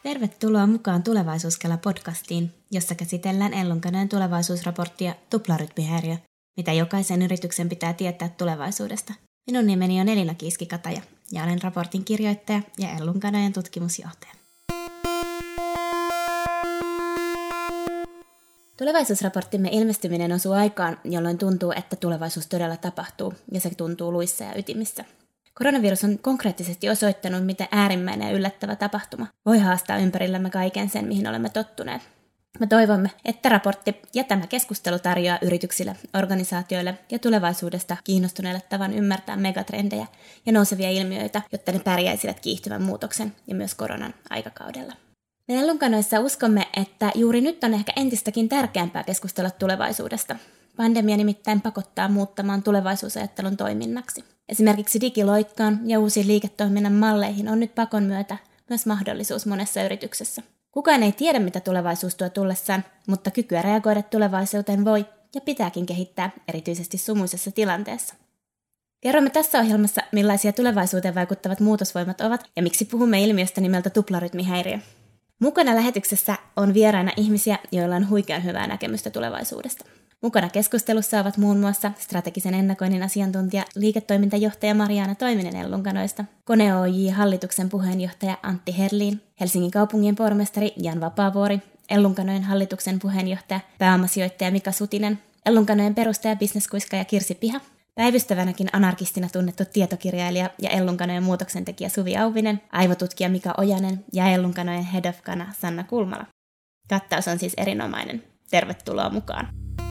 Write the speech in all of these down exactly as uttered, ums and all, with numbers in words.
Tervetuloa mukaan Tulevaisuuskela-podcastiin, jossa käsitellään Ellunkanojen tulevaisuusraporttia Tuplarytmihäiriö, mitä jokaisen yrityksen pitää tietää tulevaisuudesta. Minun nimeni on Elina Kiiski-Kataja ja olen raportin kirjoittaja ja Ellunkanojen tutkimusjohtaja. Tulevaisuusraporttimme ilmestyminen osuu aikaan, jolloin tuntuu, että tulevaisuus todella tapahtuu ja se tuntuu luissa ja ytimissä. Koronavirus on konkreettisesti osoittanut, miten äärimmäinen ja yllättävä tapahtuma voi haastaa ympärillämme kaiken sen, mihin olemme tottuneet. Me toivomme, että raportti ja tämä keskustelu tarjoaa yrityksille, organisaatioille ja tulevaisuudesta kiinnostuneille tavan ymmärtää megatrendejä ja nousevia ilmiöitä, jotta ne pärjäisivät kiihtyvän muutoksen ja myös koronan aikakaudella. Me Ellunkanoissa uskomme, että juuri nyt on ehkä entistäkin tärkeämpää keskustella tulevaisuudesta. Pandemia nimittäin pakottaa muuttamaan tulevaisuusajattelun toiminnaksi. Esimerkiksi digiloikkaan ja uusiin liiketoiminnan malleihin on nyt pakon myötä myös mahdollisuus monessa yrityksessä. Kukaan ei tiedä, mitä tulevaisuus tuo tullessaan, mutta kykyä reagoida tulevaisuuteen voi ja pitääkin kehittää erityisesti sumuisessa tilanteessa. Kerromme tässä ohjelmassa, millaisia tulevaisuuteen vaikuttavat muutosvoimat ovat ja miksi puhumme ilmiöstä nimeltä tuplarytmihäiriö. Mukana lähetyksessä on vieraina ihmisiä, joilla on huikean hyvää näkemystä tulevaisuudesta. Mukana keskustelussa ovat muun muassa strategisen ennakoinnin asiantuntija, liiketoimintajohtaja Mariana Toiminen Ellunkanoista, Kone Oyj-hallituksen puheenjohtaja Antti Herlin, Helsingin kaupungin pormestari Jan Vapaavuori, Ellunkanojen hallituksen puheenjohtaja, pääomasijoittaja Mika Sutinen, Ellunkanojen perustaja, bisneskuiskaaja Kirsi Piha, päivystävänäkin anarkistina tunnettu tietokirjailija ja Ellunkanojen muutoksentekijä Suvi Auvinen, aivotutkija Mika Ojanen ja Ellunkanojen Head of Kana Sanna Kulmala. Kattaus on siis erinomainen. Tervetuloa mukaan!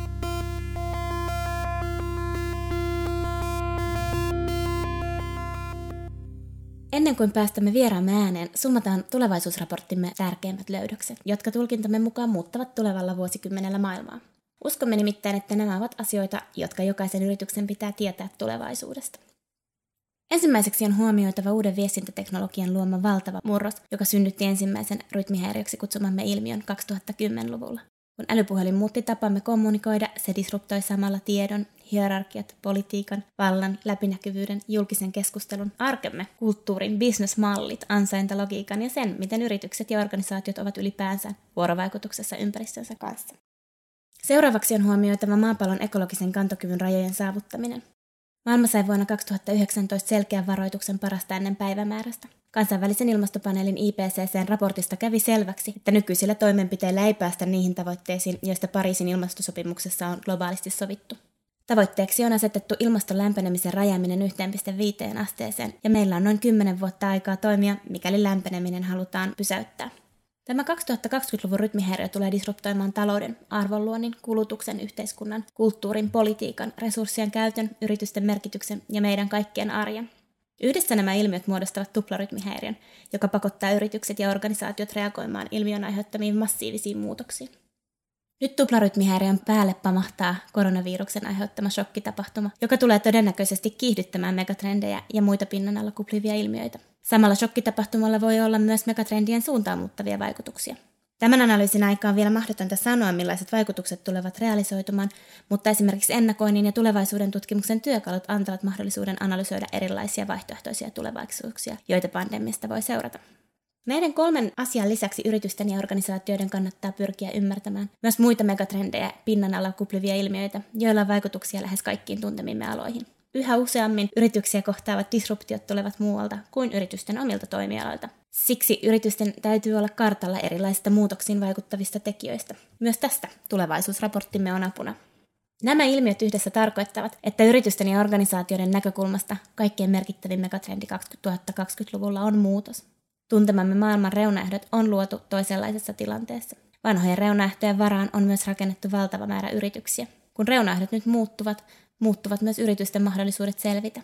Ennen kuin päästämme vieraamme ääneen, summataan tulevaisuusraporttimme tärkeimmät löydökset, jotka tulkintamme mukaan muuttavat tulevalla vuosikymmenellä maailmaa. Uskomme nimittäin, että nämä ovat asioita, jotka jokaisen yrityksen pitää tietää tulevaisuudesta. Ensimmäiseksi on huomioitava uuden viestintäteknologian luoma valtava murros, joka synnytti ensimmäisen rytmihäiriöksi kutsumamme ilmiön kaksituhattakymmenluvulla. Kun älypuhelin muutti tapamme kommunikoida, se disruptoi samalla tiedon, hierarkiat, politiikan, vallan, läpinäkyvyyden, julkisen keskustelun, arkemme, kulttuurin, bisnesmallit, ansaintalogiikan ja sen, miten yritykset ja organisaatiot ovat ylipäänsä vuorovaikutuksessa ympäristönsä kanssa. Seuraavaksi on huomioitava maapallon ekologisen kantokyvyn rajojen saavuttaminen. Maailma sai vuonna kaksituhattayhdeksäntoista selkeän varoituksen parasta ennen päivämäärästä. Kansainvälisen ilmastopaneelin I P C C:n raportista kävi selväksi, että nykyisillä toimenpiteillä ei päästä niihin tavoitteisiin, joista Pariisin ilmastosopimuksessa on globaalisti sovittu. Tavoitteeksi on asetettu ilmaston lämpenemisen rajaaminen yhteen pilkku viiteen asteeseen, ja meillä on noin kymmenen vuotta aikaa toimia, mikäli lämpeneminen halutaan pysäyttää. Tämä kaksituhattakaksikymmentäluvun rytmihäiriö tulee disruptoimaan talouden, arvonluonnin, kulutuksen, yhteiskunnan, kulttuurin, politiikan, resurssien käytön, yritysten merkityksen ja meidän kaikkien arjen. Yhdessä nämä ilmiöt muodostavat tuplarytmihäiriön, joka pakottaa yritykset ja organisaatiot reagoimaan ilmiön aiheuttamiin massiivisiin muutoksiin. Nyt tuplarytmihäiriön päälle pamahtaa koronaviruksen aiheuttama shokkitapahtuma, joka tulee todennäköisesti kiihdyttämään megatrendejä ja muita pinnan alla kuplivia ilmiöitä. Samalla shokkitapahtumalla voi olla myös megatrendien suuntaan muuttavia vaikutuksia. Tämän analyysin aikaan on vielä mahdotonta sanoa, millaiset vaikutukset tulevat realisoitumaan, mutta esimerkiksi ennakoinnin ja tulevaisuuden tutkimuksen työkalut antavat mahdollisuuden analysoida erilaisia vaihtoehtoisia tulevaisuuksia, joita pandemiasta voi seurata. Näiden kolmen asian lisäksi yritysten ja organisaatioiden kannattaa pyrkiä ymmärtämään myös muita megatrendejä pinnan alla kuplivia ilmiöitä, joilla on vaikutuksia lähes kaikkiin tuntemimme aloihin. Yhä useammin yrityksiä kohtaavat disruptiot tulevat muualta kuin yritysten omilta toimialoilta. Siksi yritysten täytyy olla kartalla erilaisista muutoksiin vaikuttavista tekijöistä. Myös tästä tulevaisuusraporttimme on apuna. Nämä ilmiöt yhdessä tarkoittavat, että yritysten ja organisaatioiden näkökulmasta kaikkein merkittävin megatrendi kaksituhattakaksikymmentäluvulla on muutos. Tuntemamme maailman reunaehdot on luotu toisenlaisessa tilanteessa. Vanhojen reunaehtojen varaan on myös rakennettu valtava määrä yrityksiä. Kun reunaehdot nyt muuttuvat, muuttuvat myös yritysten mahdollisuudet selvitä.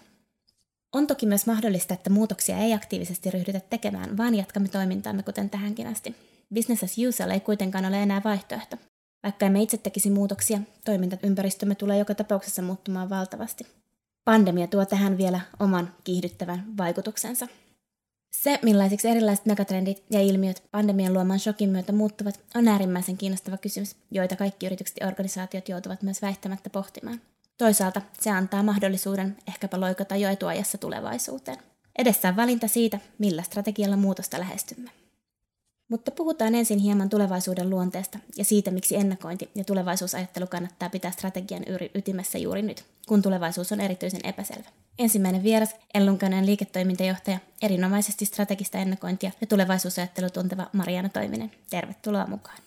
On toki myös mahdollista, että muutoksia ei aktiivisesti ryhdytä tekemään, vaan jatkamme toimintaamme kuten tähänkin asti. Business as usual ei kuitenkaan ole enää vaihtoehto. Vaikka emme itse tekisi muutoksia, toimintaympäristömme tulee joka tapauksessa muuttumaan valtavasti. Pandemia tuo tähän vielä oman kiihdyttävän vaikutuksensa. Se, millaisiksi erilaiset megatrendit ja ilmiöt pandemian luoman shokin myötä muuttuvat, on äärimmäisen kiinnostava kysymys, joita kaikki yritykset ja organisaatiot joutuvat myös väistämättä pohtimaan. Toisaalta se antaa mahdollisuuden ehkäpä loikata jo etuajassa tulevaisuuteen. Edessä on valinta siitä, millä strategialla muutosta lähestymme. Mutta puhutaan ensin hieman tulevaisuuden luonteesta ja siitä, miksi ennakointi ja tulevaisuusajattelu kannattaa pitää strategian ytimessä juuri nyt, kun tulevaisuus on erityisen epäselvä. Ensimmäinen vieras, Ellunkainen liiketoimintajohtaja, erinomaisesti strategista ennakointia ja tulevaisuusajattelua tunteva Mariana Toiminen. Tervetuloa mukaan.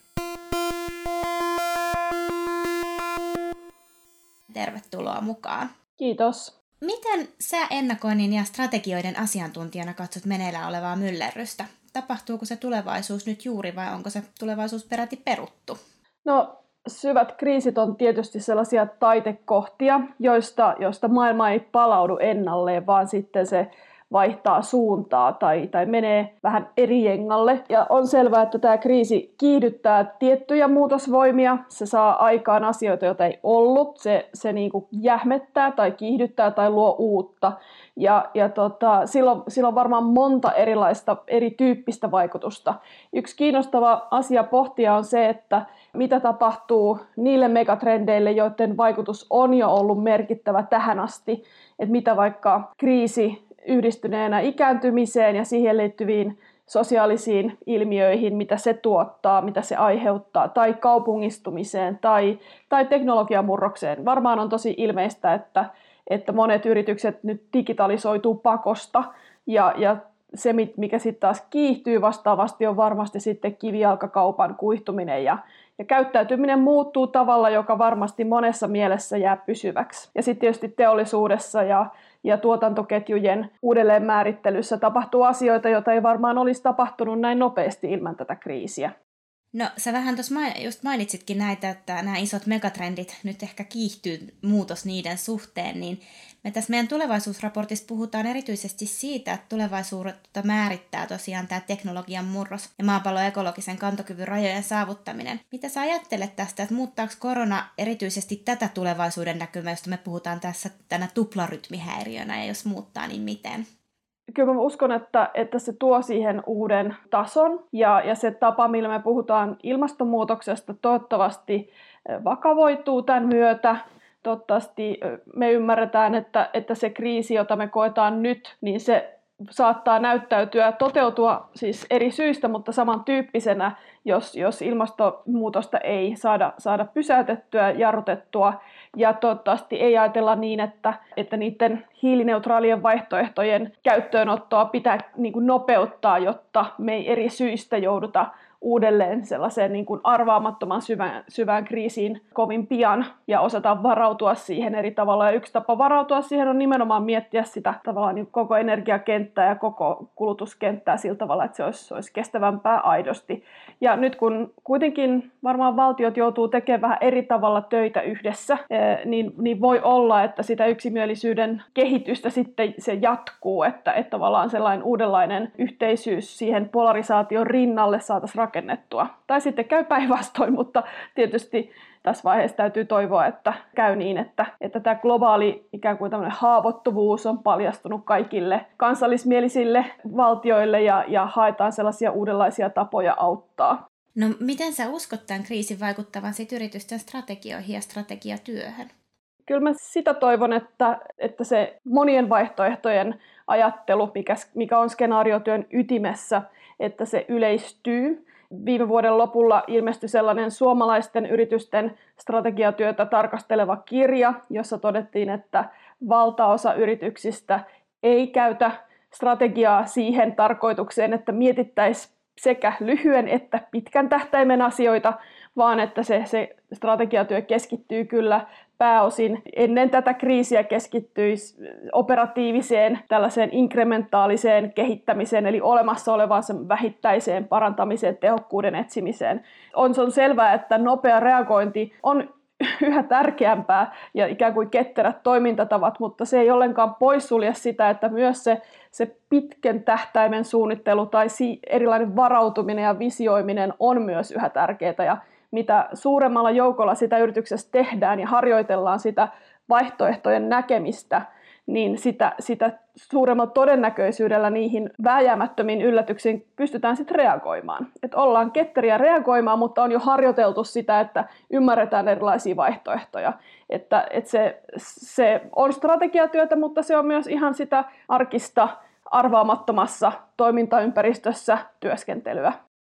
Tervetuloa mukaan. Kiitos. Miten sä ennakoinnin ja strategioiden asiantuntijana katsot meneillään olevaa myllerrystä? Tapahtuuko se tulevaisuus nyt juuri vai onko se tulevaisuus peräti peruttu? No, syvät kriisit on tietysti sellaisia taitekohtia, joista, joista maailma ei palaudu ennalleen, vaan sitten se vaihtaa suuntaa tai, tai menee vähän eri jengalle. Ja on selvää, että tämä kriisi kiihdyttää tiettyjä muutosvoimia. Se saa aikaan asioita, joita ei ollut. Se, se niin kuin jähmettää tai kiihdyttää tai luo uutta. Ja, ja tota, silloin, silloin varmaan monta erilaista, erityyppistä vaikutusta. Yksi kiinnostava asia pohtia on se, että mitä tapahtuu niille megatrendeille, joiden vaikutus on jo ollut merkittävä tähän asti. Että mitä vaikka kriisi yhdistyneenä ikääntymiseen ja siihen liittyviin sosiaalisiin ilmiöihin, mitä se tuottaa, mitä se aiheuttaa, tai kaupungistumiseen tai, tai teknologiamurrokseen. Varmaan on tosi ilmeistä, että, että monet yritykset nyt digitalisoituu pakosta, ja, ja se, mikä sitten taas kiihtyy vastaavasti, on varmasti sitten kivijalkakaupan kuihtuminen, ja, ja käyttäytyminen muuttuu tavalla, joka varmasti monessa mielessä jää pysyväksi. Ja sitten tietysti teollisuudessa ja ja tuotantoketjujen uudelleenmäärittelyssä tapahtuu asioita, joita ei varmaan olisi tapahtunut näin nopeasti ilman tätä kriisiä. No sä vähän tuossa just mainitsitkin näitä, että nämä isot megatrendit nyt ehkä kiihtyy muutos niiden suhteen, niin me tässä meidän tulevaisuusraportissa puhutaan erityisesti siitä, että tulevaisuutta määrittää tosiaan tämä teknologian murros ja maapallon ekologisen kantokyvyn rajojen saavuttaminen. Mitä sä ajattelet tästä, että muuttaako korona erityisesti tätä tulevaisuuden näkymää, josta me puhutaan tässä tänä tuplarytmihäiriönä, ja jos muuttaa, niin miten? Kyllä mä uskon, että, että se tuo siihen uuden tason ja, ja se tapa, millä me puhutaan ilmastonmuutoksesta, toivottavasti vakavoituu tämän myötä. Toivottavasti me ymmärretään, että, että se kriisi, jota me koetaan nyt, niin se saattaa näyttäytyä, toteutua siis eri syistä, mutta samantyyppisenä, jos, jos ilmastonmuutosta ei saada, saada pysäytettyä, jarrutettua. Ja toivottavasti ei ajatella niin, että, että niiden hiilineutraalien vaihtoehtojen käyttöönottoa pitää niin kuin nopeuttaa, jotta me ei eri syistä jouduta uudelleen sellaiseen niin kuin arvaamattoman syvään, syvään kriisiin kovin pian ja osataan varautua siihen eri tavalla. Ja yksi tapa varautua siihen on nimenomaan miettiä sitä tavallaan niin koko energiakenttää ja koko kulutuskenttää sillä tavalla, että se olisi, se olisi kestävämpää aidosti. Ja nyt kun kuitenkin varmaan valtiot joutuu tekemään vähän eri tavalla töitä yhdessä, niin, niin voi olla, että sitä yksimielisyyden kehitystä sitten se jatkuu, että, että tavallaan sellainen uudenlainen yhteisyys siihen polarisaation rinnalle saataisiin rakennettua. Tai sitten käy päinvastoin, mutta tietysti tässä vaiheessa täytyy toivoa, että käy niin, että, että tämä globaali ikään kuin tämmöinen haavoittuvuus on paljastunut kaikille kansallismielisille valtioille ja, ja haetaan sellaisia uudenlaisia tapoja auttaa. No miten sä uskot tämän kriisin vaikuttavan sit yritysten strategioihin ja strategiatyöhön? Kyllä mä sitä toivon, että, että se monien vaihtoehtojen ajattelu, mikä, mikä on skenaariotyön ytimessä, että se yleistyy. Viime vuoden lopulla ilmestyi sellainen suomalaisten yritysten strategiatyötä tarkasteleva kirja, jossa todettiin, että valtaosa yrityksistä ei käytä strategiaa siihen tarkoitukseen, että mietittäisiin sekä lyhyen että pitkän tähtäimen asioita, vaan että se, se strategiatyö keskittyy kyllä pääosin ennen tätä kriisiä keskittyisi operatiiviseen tällaiseen inkrementaaliseen kehittämiseen, eli olemassa olevaan sen vähittäiseen parantamiseen, tehokkuuden etsimiseen. On, se on selvää, että nopea reagointi on yhä tärkeämpää ja ikään kuin ketterät toimintatavat, mutta se ei ollenkaan poissulje sitä, että myös se, se pitkän tähtäimen suunnittelu tai si- erilainen varautuminen ja visioiminen on myös yhä tärkeää. Ja mitä suuremmalla joukolla sitä yrityksessä tehdään ja harjoitellaan sitä vaihtoehtojen näkemistä, niin sitä, sitä suuremmalla todennäköisyydellä niihin vääjäämättömiin yllätyksiin pystytään sitten reagoimaan. Et ollaan ketteriä reagoimaan, mutta on jo harjoiteltu sitä, että ymmärretään erilaisia vaihtoehtoja. Että, että se, se on strategiatyötä, mutta se on myös ihan sitä arkista arvaamattomassa toimintaympäristössä työskentelyä.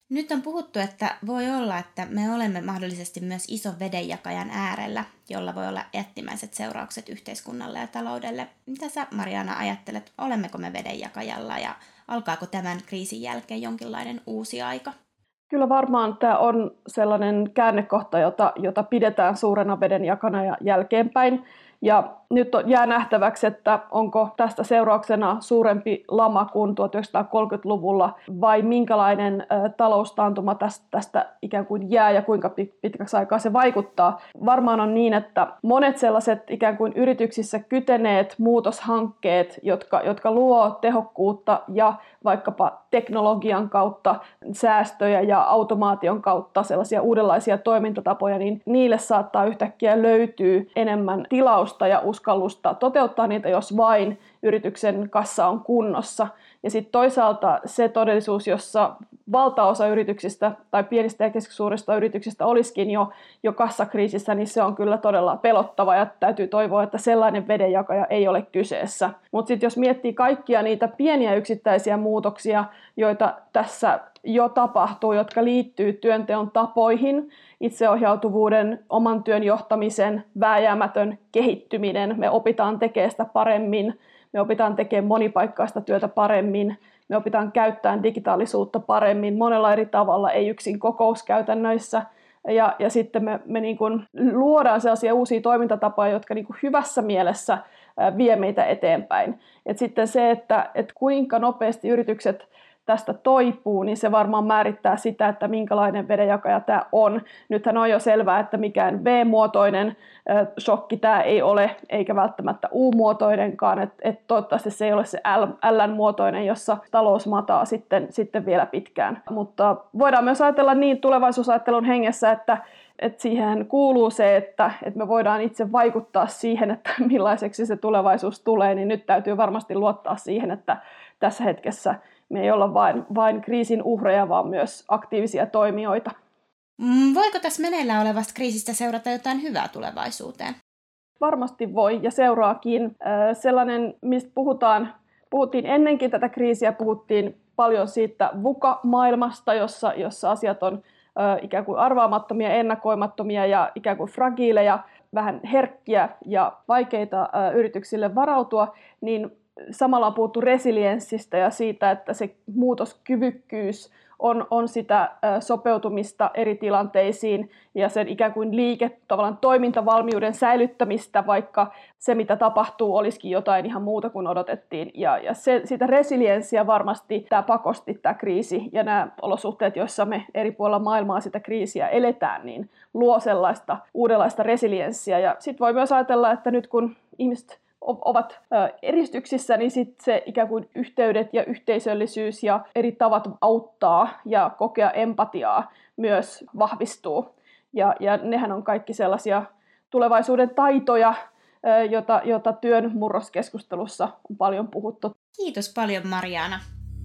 Nyt on puhuttu, että voi olla, että me olemme mahdollisesti myös ison vedenjakajan äärellä, jolla voi olla jättimäiset seuraukset yhteiskunnalle ja taloudelle. Mitä sä, Mariana, ajattelet? Olemmeko me vedenjakajalla ja alkaako tämän kriisin jälkeen jonkinlainen uusi aika? Kyllä varmaan tämä on sellainen käännekohta, jota, jota pidetään suurena vedenjakana ja jälkeenpäin. Ja nyt jää nähtäväksi, että onko tästä seurauksena suurempi lama kuin tuhatyhdeksänsataakolmekymmentäluvulla vai minkälainen ä, taloustaantuma tästä, tästä ikään kuin jää ja kuinka pitkäksi aikaa se vaikuttaa. Varmaan on niin, että monet sellaiset ikään kuin yrityksissä kyteneet muutoshankkeet, jotka, jotka luo tehokkuutta ja vaikkapa teknologian kautta säästöjä ja automaation kautta sellaisia uudenlaisia toimintatapoja, niin niille saattaa yhtäkkiä löytyä enemmän tilausta ja uskallusta toteuttaa niitä, jos vain yrityksen kassa on kunnossa. Ja sitten toisaalta se todellisuus, jossa valtaosa yrityksistä tai pienistä ja keskisuurista yrityksistä olisikin jo, jo kassakriisissä, niin se on kyllä todella pelottava ja täytyy toivoa, että sellainen vedenjakaja ei ole kyseessä. Mutta sitten jos miettii kaikkia niitä pieniä yksittäisiä muutoksia, joita tässä jo tapahtuu, jotka liittyy työnteon tapoihin, itseohjautuvuuden, oman työn johtamisen, vääjäämätön kehittyminen, me opitaan tekemään sitä paremmin, me opitaan tekemään monipaikkaista työtä paremmin, me opitaan käyttämään digitaalisuutta paremmin monella eri tavalla, ei yksin kokouskäytännöissä. Ja, ja sitten me, me niin kuin luodaan sellaisia uusia toimintatapoja, jotka niin kuin hyvässä mielessä vie meitä eteenpäin. Et sitten se, että et kuinka nopeasti yritykset tästä toipuu, niin se varmaan määrittää sitä, että minkälainen vedenjakaja tämä on. Nythän on jo selvää, että mikään V-muotoinen shokki tämä ei ole, eikä välttämättä U-muotoinenkaan, että et toivottavasti se ei ole se L-muotoinen, jossa talous mataa sitten, sitten vielä pitkään. Mutta voidaan myös ajatella niin tulevaisuusajattelun hengessä, että että siihen kuuluu se, että, että me voidaan itse vaikuttaa siihen, että millaiseksi se tulevaisuus tulee, niin nyt täytyy varmasti luottaa siihen, että tässä hetkessä me ei olla vain, vain kriisin uhreja, vaan myös aktiivisia toimijoita. Voiko tässä meneillään olevasta kriisistä seurata jotain hyvää tulevaisuuteen? Varmasti voi ja seuraakin. Sellainen, mistä puhutaan, puhuttiin ennenkin tätä kriisiä, puhuttiin paljon siitä VUCA-maailmasta, jossa, jossa asiat on ikään kuin arvaamattomia, ennakoimattomia ja ikään kuin fragiileja, vähän herkkiä ja vaikeita yrityksille varautua, niin samalla on puhuttu resilienssistä ja siitä, että se muutoskyvykkyys on, on sitä sopeutumista eri tilanteisiin ja sen ikään kuin liike, tavallaan toimintavalmiuden säilyttämistä, vaikka se mitä tapahtuu olisikin jotain ihan muuta kuin odotettiin. Ja, ja se, sitä resilienssiä varmasti tämä pakosti tämä kriisi ja nämä olosuhteet, joissa me eri puolilla maailmaa sitä kriisiä eletään, niin luo sellaista uudenlaista resilienssiä. Ja sitten voi myös ajatella, että nyt kun ihmiset ovat eristyksissä, niin sitten se ikään kuin yhteydet ja yhteisöllisyys ja eri tavat auttaa ja kokea empatiaa myös vahvistuu. Ja, ja nehän on kaikki sellaisia tulevaisuuden taitoja, jota, jota työn murroskeskustelussa on paljon puhuttu. Kiitos paljon, Mariana.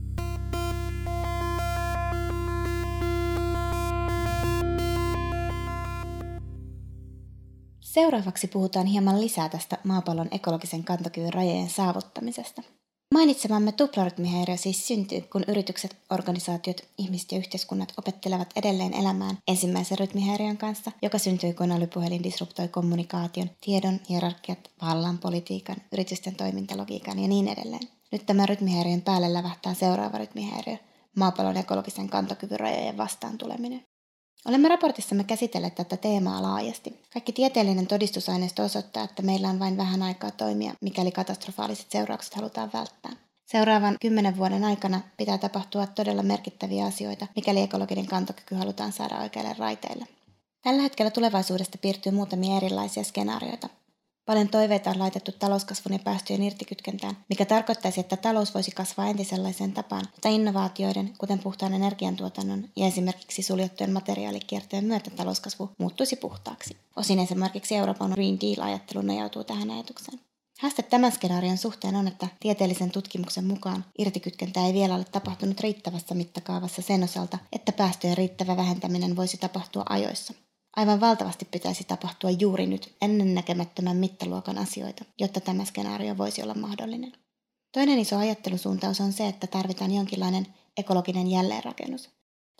Seuraavaksi puhutaan hieman lisää tästä maapallon ekologisen kantokyvyn rajojen saavuttamisesta. Mainitsemamme tuplarytmihäiriö siis syntyy, kun yritykset, organisaatiot, ihmiset ja yhteiskunnat opettelevat edelleen elämään ensimmäisen rytmihäiriön kanssa, joka syntyi, kun älypuhelin disruptoi kommunikaation, tiedon, hierarkiat, vallan, politiikan, yritysten toimintalogiikan ja niin edelleen. Nyt tämän rytmihäiriön päälle lävähtää seuraava rytmihäiriö, maapallon ekologisen kantokyvyn rajojen vastaan tuleminen. Olemme raportissamme käsitelleet tätä teemaa laajasti. Kaikki tieteellinen todistusaineisto osoittaa, että meillä on vain vähän aikaa toimia, mikäli katastrofaaliset seuraukset halutaan välttää. Seuraavan kymmenen vuoden aikana pitää tapahtua todella merkittäviä asioita, mikäli ekologinen kantokyky halutaan saada oikealle raiteille. Tällä hetkellä tulevaisuudesta piirtyy muutamia erilaisia skenaarioita. Paljon toiveita on laitettu talouskasvun ja päästöjen irtikytkentään, mikä tarkoittaisi, että talous voisi kasvaa entisenlaiseen tapaan, mutta innovaatioiden, kuten puhtaan energiantuotannon ja esimerkiksi suljettujen materiaalikiertojen myötä talouskasvu muuttuisi puhtaaksi. Osin esimerkiksi Euroopan Green Deal-ajattelu nojautuu tähän ajatukseen. Haaste tämän skenaarion suhteen on, että tieteellisen tutkimuksen mukaan irtikytkentä ei vielä ole tapahtunut riittävässä mittakaavassa sen osalta, että päästöjen riittävä vähentäminen voisi tapahtua ajoissa. Aivan valtavasti pitäisi tapahtua juuri nyt ennennäkemättömän mittaluokan asioita, jotta tämä skenaario voisi olla mahdollinen. Toinen iso ajattelusuuntaus on se, että tarvitaan jonkinlainen ekologinen jälleenrakennus.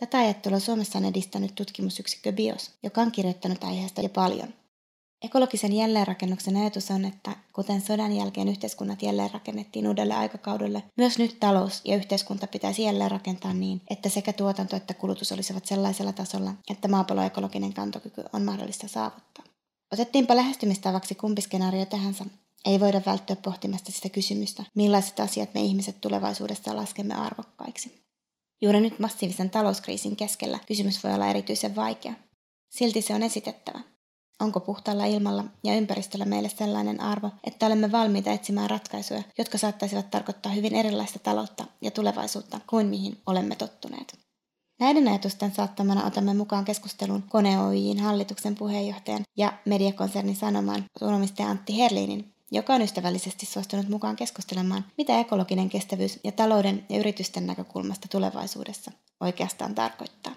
Tätä ajattelua Suomessa on edistänyt tutkimusyksikkö BIOS, joka on kirjoittanut aiheesta jo paljon. Ekologisen jälleenrakennuksen ajatus on, että kuten sodan jälkeen yhteiskunnat jälleenrakennettiin uudelle aikakaudelle, myös nyt talous ja yhteiskunta pitäisi jälleenrakentaa niin, että sekä tuotanto että kulutus olisivat sellaisella tasolla, että maapallon ekologinen kantokyky on mahdollista saavuttaa. Otettiinpa lähestymistavaksi kumpi skenaario tahansa, ei voida välttyä pohtimasta sitä kysymystä, millaiset asiat me ihmiset tulevaisuudessa laskemme arvokkaiksi. Juuri nyt massiivisen talouskriisin keskellä kysymys voi olla erityisen vaikea. Silti se on esitettävä. Onko puhtaalla ilmalla ja ympäristöllä meille sellainen arvo, että olemme valmiita etsimään ratkaisuja, jotka saattaisivat tarkoittaa hyvin erilaista taloutta ja tulevaisuutta kuin mihin olemme tottuneet? Näiden ajatusten saattamana otamme mukaan keskusteluun Kone Oyj:n hallituksen puheenjohtajan ja mediakonsernin Sanomaan suomomistaja Antti Herlinin, joka on ystävällisesti suostunut mukaan keskustelemaan, mitä ekologinen kestävyys ja talouden ja yritysten näkökulmasta tulevaisuudessa oikeastaan tarkoittaa.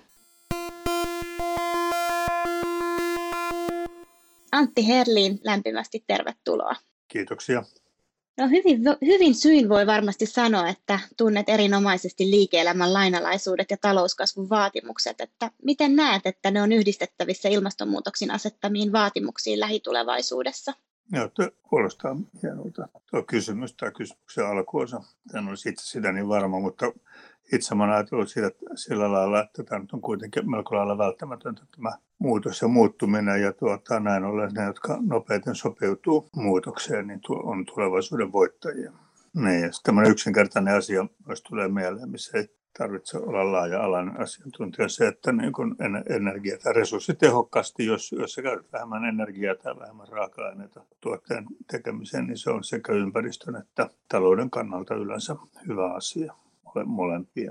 Antti Herlin, lämpimästi tervetuloa. Kiitoksia. No hyvin, hyvin syin voi varmasti sanoa, että tunnet erinomaisesti liike-elämän lainalaisuudet ja talouskasvun vaatimukset. Että miten näet, että ne on yhdistettävissä ilmastonmuutoksen asettamiin vaatimuksiin lähitulevaisuudessa? Joo, tuo kuulostaa hienolta. Tuo kysymys tai kysymyksen alkuosa. En olisi itse sitä niin varma, mutta itse olen ajatellut siitä, sillä lailla, että tämä nyt on kuitenkin melko lailla välttämätöntä tämä muutos ja muuttuminen. Ja tuota, näin ollen ne, jotka nopeiten sopeutuu muutokseen, niin tuo on tulevaisuuden voittajia. Niin, ja tämmöinen yksinkertainen asia myös tulee mieleen, missä ei tarvitse olla laaja-alainen asiantuntija. Se, että niin kun energia- tai resurssitehokkaasti, jos, jos sä käytät vähemmän energiaa tai vähemmän raaka-aineita tuotteen tekemiseen, niin se on sekä ympäristön että talouden kannalta yleensä hyvä asia, molempia.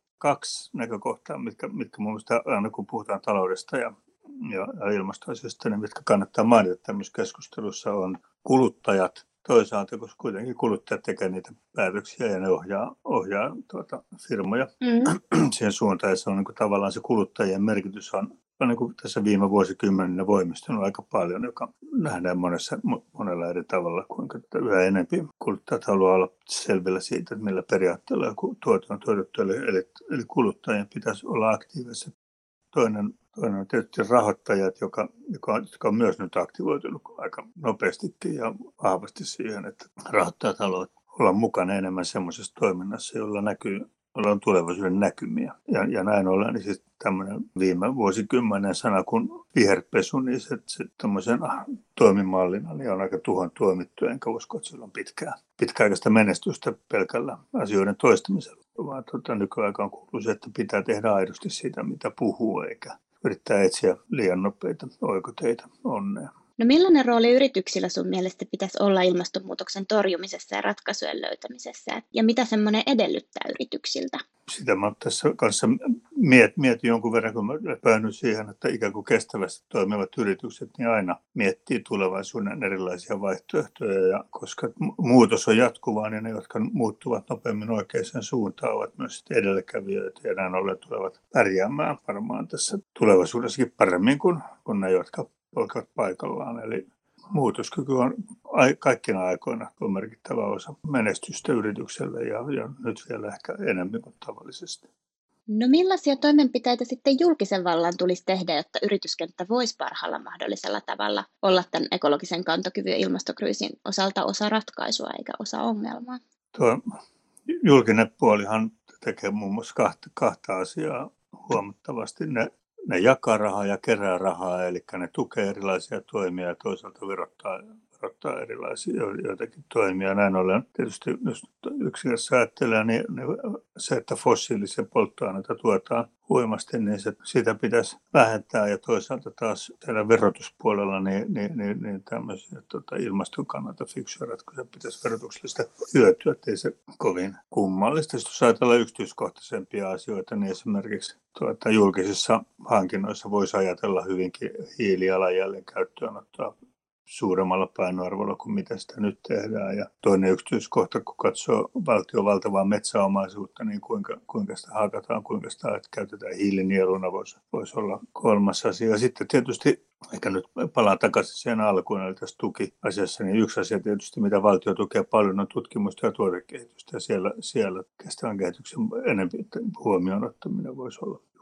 Kaksi näkökohtaa, mitkä, mitkä mun mielestä aina kun puhutaan taloudesta ja, ja, ja ilmastoasioista, niin mitkä kannattaa mainita tämmöisessä keskustelussa on kuluttajat. Toisaalta, koska kuitenkin kuluttajat tekevät niitä päätöksiä ja ne ohjaa, ohjaa tuota, firmoja mm. siihen suuntaan. Ja se on niin kuin, tavallaan se kuluttajien merkitys on, on niin kuin tässä viime vuosikymmeninä voimistunut aika paljon, joka nähdään monessa, monella eri tavalla, kuinka yhä enemmän kuluttajat haluaa olla selvillä siitä, että millä periaatteella tuote on tuotettu. Eli, eli, eli kuluttajien pitäisi olla aktiivisia. Toinen Toinen on tietysti rahoittajat, joka, joka, jotka on myös nyt aktivoitunut aika nopeastikin ja vahvasti siihen, että rahoittajat haluavat olla mukana enemmän semmoisessa toiminnassa, jolla näkyy, jolla on tulevaisuuden näkymiä. Ja, ja näin ollen, niin siis tämmöinen viime vuosikymmenen sana kuin viherpesu, niin se, se tämmöisen toimimallina niin on aika tuhon tuomittu, enkä usko, että sillä on pitkää, pitkäaikaista menestystä pelkällä asioiden toistamisella. Vaan tuota, nykyaikaan kuuluu se, että pitää tehdä aidosti sitä, mitä puhuu, eikä yrittää etsiä liian nopeita oikoteita onnea. No millainen rooli yrityksillä sun mielestä pitäisi olla ilmastonmuutoksen torjumisessa ja ratkaisujen löytämisessä? Ja mitä semmoinen edellyttää yrityksiltä? Sitä mä tässä kanssa mietin jonkun verran, kun mä päännyin siihen, että ikään kuin kestävästi toimivat yritykset niin aina miettii tulevaisuuden erilaisia vaihtoehtoja. Ja koska muutos on jatkuvaa, niin ne, jotka muuttuvat nopeammin oikeaan suuntaan, ovat myös edelläkävijöitä ja näin ollen tulevat pärjäämään varmaan tässä tulevaisuudessakin paremmin kuin, kuin ne, jotka olkaat paikallaan. Eli muutoskyky on kaikkina aikoina on merkittävä osa menestystä yritykselle ja, ja nyt vielä ehkä enemmän kuin tavallisesti. No millaisia toimenpiteitä sitten julkisen vallan tulisi tehdä, jotta yrityskenttä voisi parhaalla mahdollisella tavalla olla tämän ekologisen kantokyvyn ja ilmastokriisin osalta osa ratkaisua eikä osa ongelmaa? Tuo julkinen puolihan tekee muun muassa kahta, kahta asiaa huomattavasti. Ne Ne jakaa rahaa ja kerää rahaa, eli ne tukee erilaisia toimia ja toisaalta verottaa, verottaa erilaisia joitakin toimia. Näin ollen tietysti, jos yksinkertaisesti ajattelee, niin, niin se, että fossiilisia polttoaineita tuetaan huimasti, niin se, sitä pitäisi vähentää ja toisaalta taas tehdä verotuspuolella niin, niin, niin, niin tämmöisiä tota, ilmaston kannalta fiksuja ratkaisuja pitäisi verotuksellista hyötyä, ettei se kovin kummallista. Jos ajatellaan yksityiskohtaisempia asioita, niin esimerkiksi tuota, julkisissa hankinnoissa voisi ajatella hyvinkin hiilijalanjäljen käyttöönottoa suuremmalla painoarvolla kuin mitä sitä nyt tehdään. Ja toinen yksityiskohta, kun katsoo valtion valtavaa metsäomaisuutta, niin kuinka, kuinka sitä hakataan, kuinka sitä käytetään hiilinieluna, voisi, voisi olla kolmas asia. Ja sitten tietysti, ehkä nyt palaan takaisin siihen alkuun, eli tässä tukiasiassa, niin yksi asia tietysti, mitä valtio tukee paljon, on tutkimusta ja tuotekehitystä. Ja siellä, siellä kestävän kehityksen enemmän huomioon ottaminen voisi olla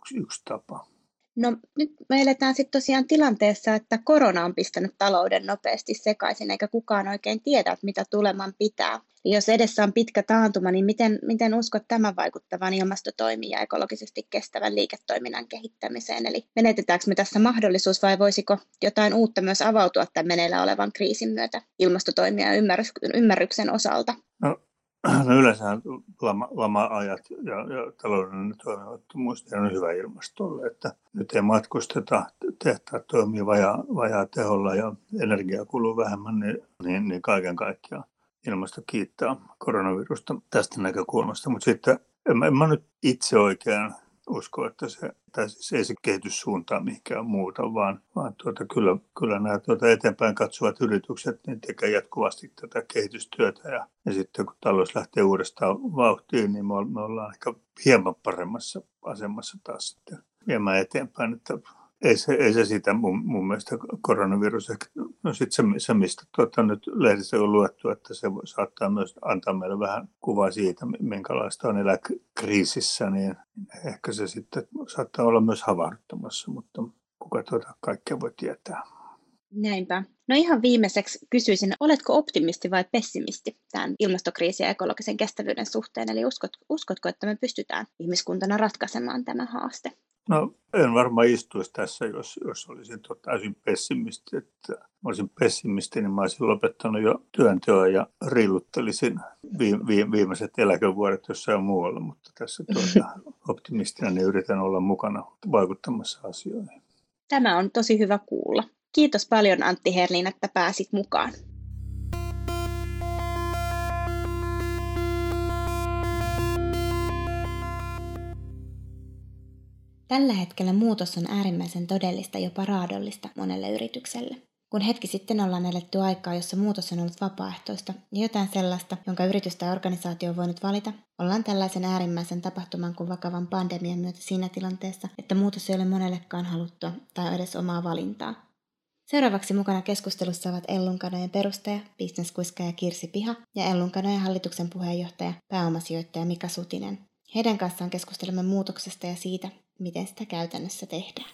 yksi, yksi tapa. No nyt me eletään sitten tosiaan tilanteessa, että korona on pistänyt talouden nopeasti sekaisin, eikä kukaan oikein tiedä, että mitä tuleman pitää. Ja jos edessä on pitkä taantuma, niin miten, miten uskot tämän vaikuttavan ilmastotoimiin ja ekologisesti kestävän liiketoiminnan kehittämiseen? Eli menetetäänkö me tässä mahdollisuus vai voisiko jotain uutta myös avautua tämän meneillä olevan kriisin myötä ilmastotoimia ja ymmärryksen osalta? No. No yleensä lama, lama-ajat ja, ja taloudellinen toimimattomuus on hyvä ilmastolle, että nyt ei matkusteta, tehtaat toimii vajaa, vajaa teholla ja energiaa kuluu vähemmän, niin, niin, niin kaiken kaikkiaan ilmasto kiittää koronavirusta tästä näkökulmasta. Mutta sitten en, en mä nyt itse oikein usko, että se, tai siis ei se kehityssuuntaa mihinkään muuta, vaan, vaan tuota, kyllä, kyllä nämä tuota eteenpäin katsovat yritykset niin tekevät jatkuvasti tätä kehitystyötä. Ja, ja sitten kun talous lähtee uudestaan vauhtiin, niin me, me ollaan ehkä hieman paremmassa asemassa taas sitten viemään eteenpäin. Että ei, se, ei se sitä mun, mun mielestä koronavirus. No sitten se, se, mistä tuota, nyt lehdissä on luettu, että se saattaa myös antaa meille vähän kuvaa siitä, minkälaista on elää kriisissä, niin ehkä se sitten saattaa olla myös havahduttamassa, mutta kuka tuota kaikkea voi tietää. Näinpä. No ihan viimeiseksi kysyisin, oletko optimisti vai pessimisti tämän ilmastokriisin ja ekologisen kestävyyden suhteen? Eli uskot, uskotko, että me pystytään ihmiskuntana ratkaisemaan tämä haaste? No en varmaan istuisi tässä, jos, jos olisin täysin pessimisti. Että olisin pessimisti, niin mä olisin lopettanut jo työnteon ja rilluttelisin viimeiset eläkevuodet jossain muualla. Mutta tässä tuota, optimistina niin yritän olla mukana vaikuttamassa asioihin. Tämä on tosi hyvä kuulla. Kiitos paljon Antti Herlin, että pääsit mukaan. Tällä hetkellä muutos on äärimmäisen todellista, jopa raadollista monelle yritykselle. Kun hetki sitten ollaan eletty aikaa, jossa muutos on ollut vapaaehtoista ja jotain sellaista, jonka yritys tai organisaatio on voinut valita, ollaan tällaisen äärimmäisen tapahtuman kuin vakavan pandemian myötä siinä tilanteessa, että muutos ei ole monellekaan haluttua tai edes omaa valintaa. Seuraavaksi mukana keskustelussa ovat Ellunkanojen perustaja, bisneskuiskaaja Kirsi Piha ja Ellunkanojen hallituksen puheenjohtaja, pääomasijoittaja Mika Sutinen. Heidän kanssaan keskustelemme muutoksesta ja siitä, miten sitä käytännössä tehdään.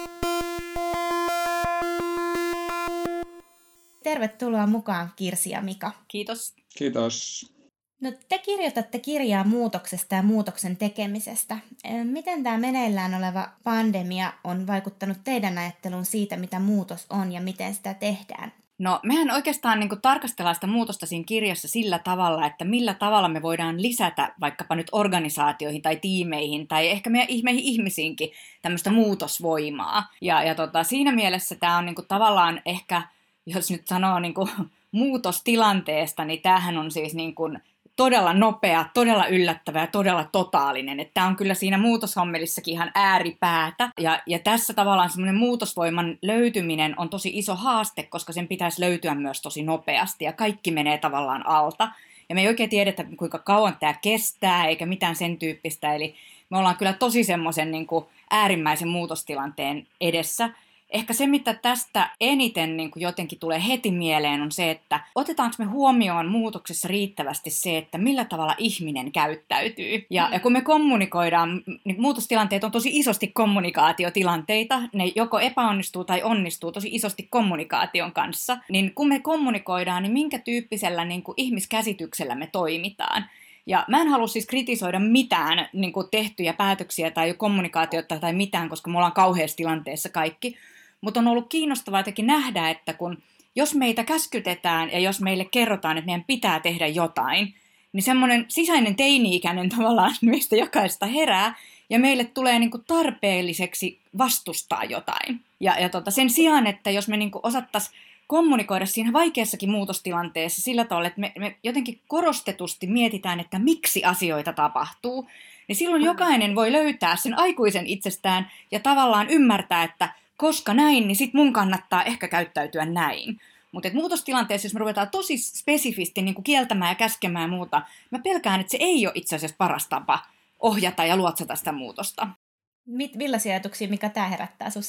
Tervetuloa mukaan Kirsi ja Mika. Kiitos. Kiitos. No, te kirjoitatte kirjaa muutoksesta ja muutoksen tekemisestä. Miten tämä meneillään oleva pandemia on vaikuttanut teidän ajatteluun siitä, mitä muutos on ja miten sitä tehdään? No, mehän oikeastaan niin kuin tarkastellaan sitä muutosta siinä kirjassa sillä tavalla, että millä tavalla me voidaan lisätä vaikkapa nyt organisaatioihin tai tiimeihin tai ehkä meidän meihin ihmisiinkin tämmöistä muutosvoimaa. Ja, ja tota, siinä mielessä tämä on niin kuin tavallaan ehkä, jos nyt sanoo niin kuin muutostilanteesta, niin tämähän on siis niin kuin todella nopea, todella yllättävä ja todella totaalinen. Että tämä on kyllä siinä muutoshommelissakin ihan ääripäätä. Ja, ja tässä tavallaan semmoinen muutosvoiman löytyminen on tosi iso haaste, koska sen pitäisi löytyä myös tosi nopeasti ja kaikki menee tavallaan alta. Ja me ei oikein tiedetä, kuinka kauan tämä kestää eikä mitään sen tyyppistä. Eli me ollaan kyllä tosi semmoisen niin kuin äärimmäisen muutostilanteen edessä. Ehkä se, mitä tästä eniten niin kuin jotenkin tulee heti mieleen, on se, että otetaanko me huomioon muutoksessa riittävästi se, että millä tavalla ihminen käyttäytyy. Ja, ja kun me kommunikoidaan, niin muutostilanteet on tosi isosti kommunikaatiotilanteita, ne joko epäonnistuu tai onnistuu tosi isosti kommunikaation kanssa. Niin kun me kommunikoidaan, niin minkä tyyppisellä niin kuin ihmiskäsityksellä me toimitaan. Ja mä en halua siis kritisoida mitään niin kuin tehtyjä päätöksiä tai kommunikaatiota tai mitään, koska me ollaan kauheassa tilanteessa kaikki. Mutta on ollut kiinnostavaa jotenkin nähdä, että kun, jos meitä käskytetään ja jos meille kerrotaan, että meidän pitää tehdä jotain, niin semmoinen sisäinen teini-ikäinen tavallaan meistä jokaista herää ja meille tulee niin kuin tarpeelliseksi vastustaa jotain. Ja, ja tota, sen sijaan, että jos me niin kuin osattaisiin kommunikoida siinä vaikeassakin muutostilanteessa sillä tavalla, että me, me jotenkin korostetusti mietitään, että miksi asioita tapahtuu, niin silloin jokainen voi löytää sen aikuisen itsestään ja tavallaan ymmärtää, että koska näin, niin sit mun kannattaa ehkä käyttäytyä näin. Mutta muutostilanteessa, jos me ruvetaan tosi spesifisti niin kuin kieltämään ja käskemään ja muuta, mä pelkään, että se ei ole itse asiassa paras tapa ohjata ja luotsata sitä muutosta. Mit, millaisia ajatuksia, mikä tämä herättää sussa?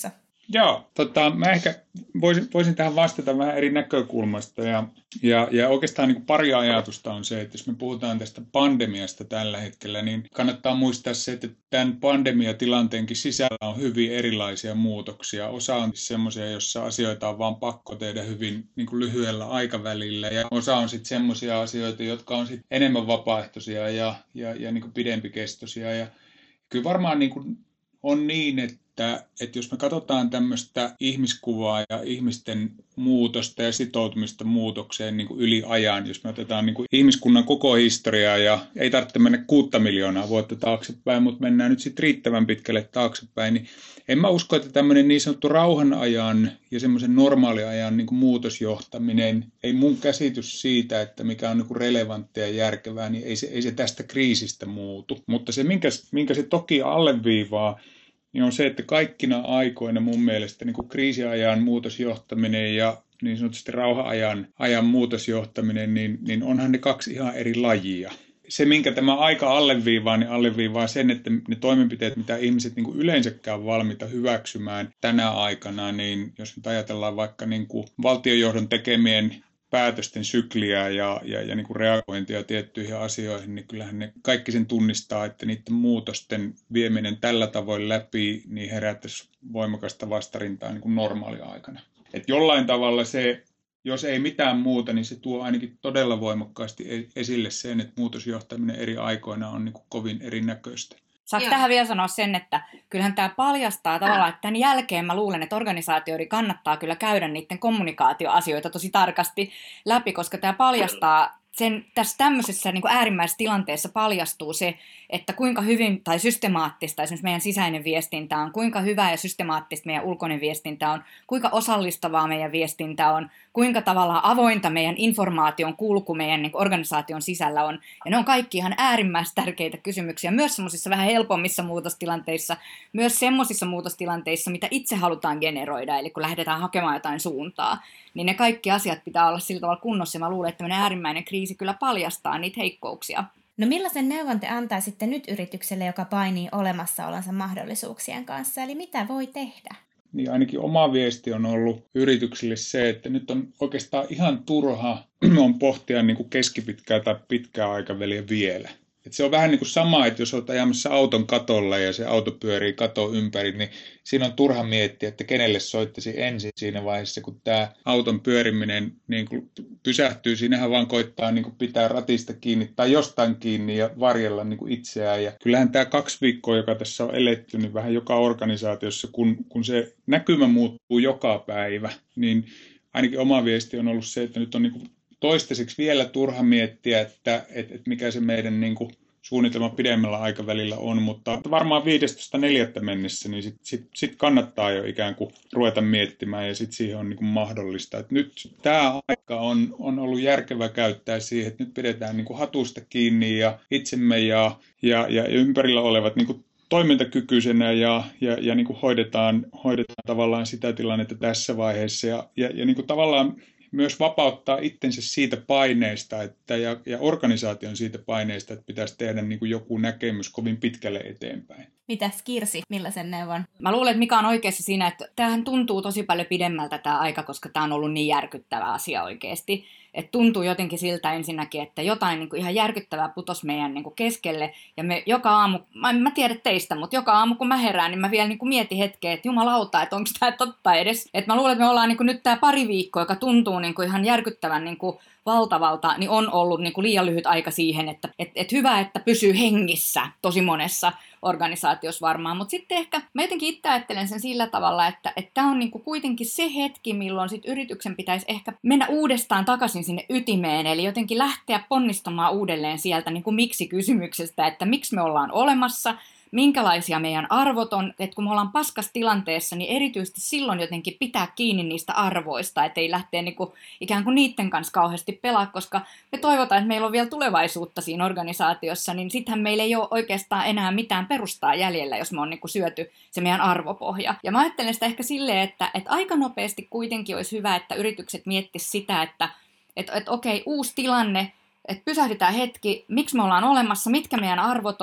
Joo, tota, mä ehkä voisin, voisin tähän vastata vähän eri näkökulmasta ja, ja, ja oikeastaan niin kuin pari ajatusta on se, että jos me puhutaan tästä pandemiasta tällä hetkellä, niin kannattaa muistaa se, että tämän pandemiatilanteenkin sisällä on hyvin erilaisia muutoksia. Osa on semmoisia, joissa asioita on vaan pakko tehdä hyvin niin kuin lyhyellä aikavälillä ja osa on sitten semmoisia asioita, jotka on sit enemmän vapaaehtoisia ja, ja, ja niin kuin pidempikestoisia ja kyllä varmaan niin kuin on niin, että Että, että jos me katsotaan tämmöistä ihmiskuvaa ja ihmisten muutosta ja sitoutumista muutokseen niin kuin yli ajan, jos me otetaan niin kuin ihmiskunnan koko historiaa ja ei tarvitse mennä kuutta miljoonaa vuotta taaksepäin, mutta mennään nyt sitten riittävän pitkälle taaksepäin, niin en mä usko, että tämmöinen niin sanottu rauhan ajan ja semmoisen normaaliajan niin kuin muutosjohtaminen, ei mun käsitys siitä, että mikä on niin kuin relevanttia ja järkevää, niin ei se, ei se tästä kriisistä muutu. Mutta se, minkä, minkä se toki alleviivaa, niin on se, että kaikkina aikoina mun mielestä niin kuin kriisiajan muutosjohtaminen ja niin sanotusti rauha-ajan ajan muutosjohtaminen, niin, niin onhan ne kaksi ihan eri lajia. Se, minkä tämä aika alleviivaa, niin alleviivaa sen, että ne toimenpiteet, mitä ihmiset niin kuin yleensäkään on valmiita hyväksymään tänä aikana, niin jos nyt ajatellaan vaikka niin kuin valtionjohdon tekemien päätösten sykliä ja, ja, ja niin kuin reagointia tiettyihin asioihin, niin kyllähän ne kaikki sen tunnistaa, että niiden muutosten vieminen tällä tavoin läpi niin herättäisi voimakasta vastarintaa niin kuin normaaliaikana. Et jollain tavalla se, jos ei mitään muuta, niin se tuo ainakin todella voimakkaasti esille sen, että muutosjohtaminen eri aikoina on niin kuin kovin erinäköistä. Saanko tähän vielä sanoa sen, että kyllähän tämä paljastaa tavallaan, että tämän jälkeen mä luulen, että organisaatioiden kannattaa kyllä käydä niiden kommunikaatioasioita tosi tarkasti läpi, koska tämä paljastaa sen, tässä tämmöisessä niin kuin äärimmäisessä tilanteessa paljastuu se, että kuinka hyvin tai systemaattista esimerkiksi meidän sisäinen viestintä on, kuinka hyvää ja systemaattista meidän ulkoinen viestintä on, kuinka osallistavaa meidän viestintä on, kuinka tavallaan avointa meidän informaation kulku meidän niin kuin organisaation sisällä on. Ja ne on kaikki ihan äärimmäisen tärkeitä kysymyksiä, myös semmoisissa vähän helpommissa muutostilanteissa, myös semmoisissa muutostilanteissa, mitä itse halutaan generoida, eli kun lähdetään hakemaan jotain suuntaa, niin ne kaikki asiat pitää olla sillä tavalla kunnossa, ja mä luulen, että tämmöinen äärimmäinen kriisi kyllä paljastaa niitä heikkouksia. No millaisen neuvon te antaisitte nyt yritykselle, joka painii olemassaolonsa mahdollisuuksien kanssa, eli mitä voi tehdä? Niin ainakin oma viesti on ollut yrityksille se, että nyt on oikeastaan ihan turha on pohtia niin kuin keskipitkää tai pitkää aikaväliä vielä. Et se on vähän niin kuin sama, että jos olet ajamassa auton katolla ja se auto pyörii katon ympäri, niin siinä on turha miettiä, että kenelle soittaisi ensin siinä vaiheessa, kun tämä auton pyöriminen niin kuin pysähtyy. Siinähän vaan koittaa niin kuin pitää ratista kiinni tai jostain kiinni ja varjella niin kuin itseään. Ja kyllähän tämä kaksi viikkoa, joka tässä on eletty, niin vähän joka organisaatiossa, kun, kun se näkymä muuttuu joka päivä, niin ainakin oma viesti on ollut se, että nyt on niin kuin toistaiseksi vielä turha miettiä, että, että, että mikä se meidän niin kuin suunnitelma pidemmällä aikavälillä on, mutta varmaan viidestoista neljättä mennessä, niin sitten sit, sit kannattaa jo ikään kuin ruveta miettimään ja sitten siihen on niin kuin mahdollista. Et nyt tämä aika on, on ollut järkevä käyttää siihen, että nyt pidetään niin kuin hatusta kiinni ja itsemme ja, ja, ja ympärillä olevat niin kuin toimintakykyisenä ja, ja, ja niin kuin hoidetaan, hoidetaan tavallaan sitä tilannetta tässä vaiheessa ja, ja, ja niin kuin tavallaan myös vapauttaa itsensä siitä paineesta että, ja, ja organisaation siitä paineesta, että pitäisi tehdä niin kuin joku näkemys kovin pitkälle eteenpäin. Mitäs Kirsi, millaisen neuvon? Mä luulen, että Mika on oikeassa siinä, että tämähän tuntuu tosi paljon pidemmältä tämä aika, koska tämä on ollut niin järkyttävä asia oikeasti. Että tuntuu jotenkin siltä ensinnäkin, että jotain niin kuin ihan järkyttävää putosi meidän niin kuin keskelle. Ja me joka aamu, mä en mä tiedä teistä, mutta joka aamu kun mä herään, niin mä vielä niin kuin mietin hetkeä, että jumalauta, että onko tämä totta edes. Että mä luulen, että me ollaan niin kuin nyt tämä pari viikkoa, joka tuntuu niin kuin ihan järkyttävän niin kuin valtavalta, niin on ollut niin kuin liian lyhyt aika siihen, että et, et hyvä, että pysyy hengissä tosi monessa organisaatiossa varmaan. Mutta sitten ehkä mä jotenkin itse ajattelen sen sillä tavalla, että tämä on niin kuin kuitenkin se hetki, milloin sit yrityksen pitäisi ehkä mennä uudestaan takaisin sinne ytimeen, eli jotenkin lähteä ponnistamaan uudelleen sieltä niin kuin miksi-kysymyksestä, että miksi me ollaan olemassa, minkälaisia meidän arvot on, että kun me ollaan paskassa tilanteessa, niin erityisesti silloin jotenkin pitää kiinni niistä arvoista, ettei lähteä niinku ikään kuin niiden kanssa kauheasti pelaa, koska me toivotaan, että meillä on vielä tulevaisuutta siinä organisaatiossa, niin sittenhän meillä ei ole oikeastaan enää mitään perustaa jäljellä, jos me on niinku syöty se meidän arvopohja. Ja mä ajattelen sitä ehkä silleen, että, että aika nopeasti kuitenkin olisi hyvä, että yritykset miettisivät sitä, että, että, että okei, uusi tilanne, että pysähdytään hetki, miksi me ollaan olemassa, mitkä meidän arvot on,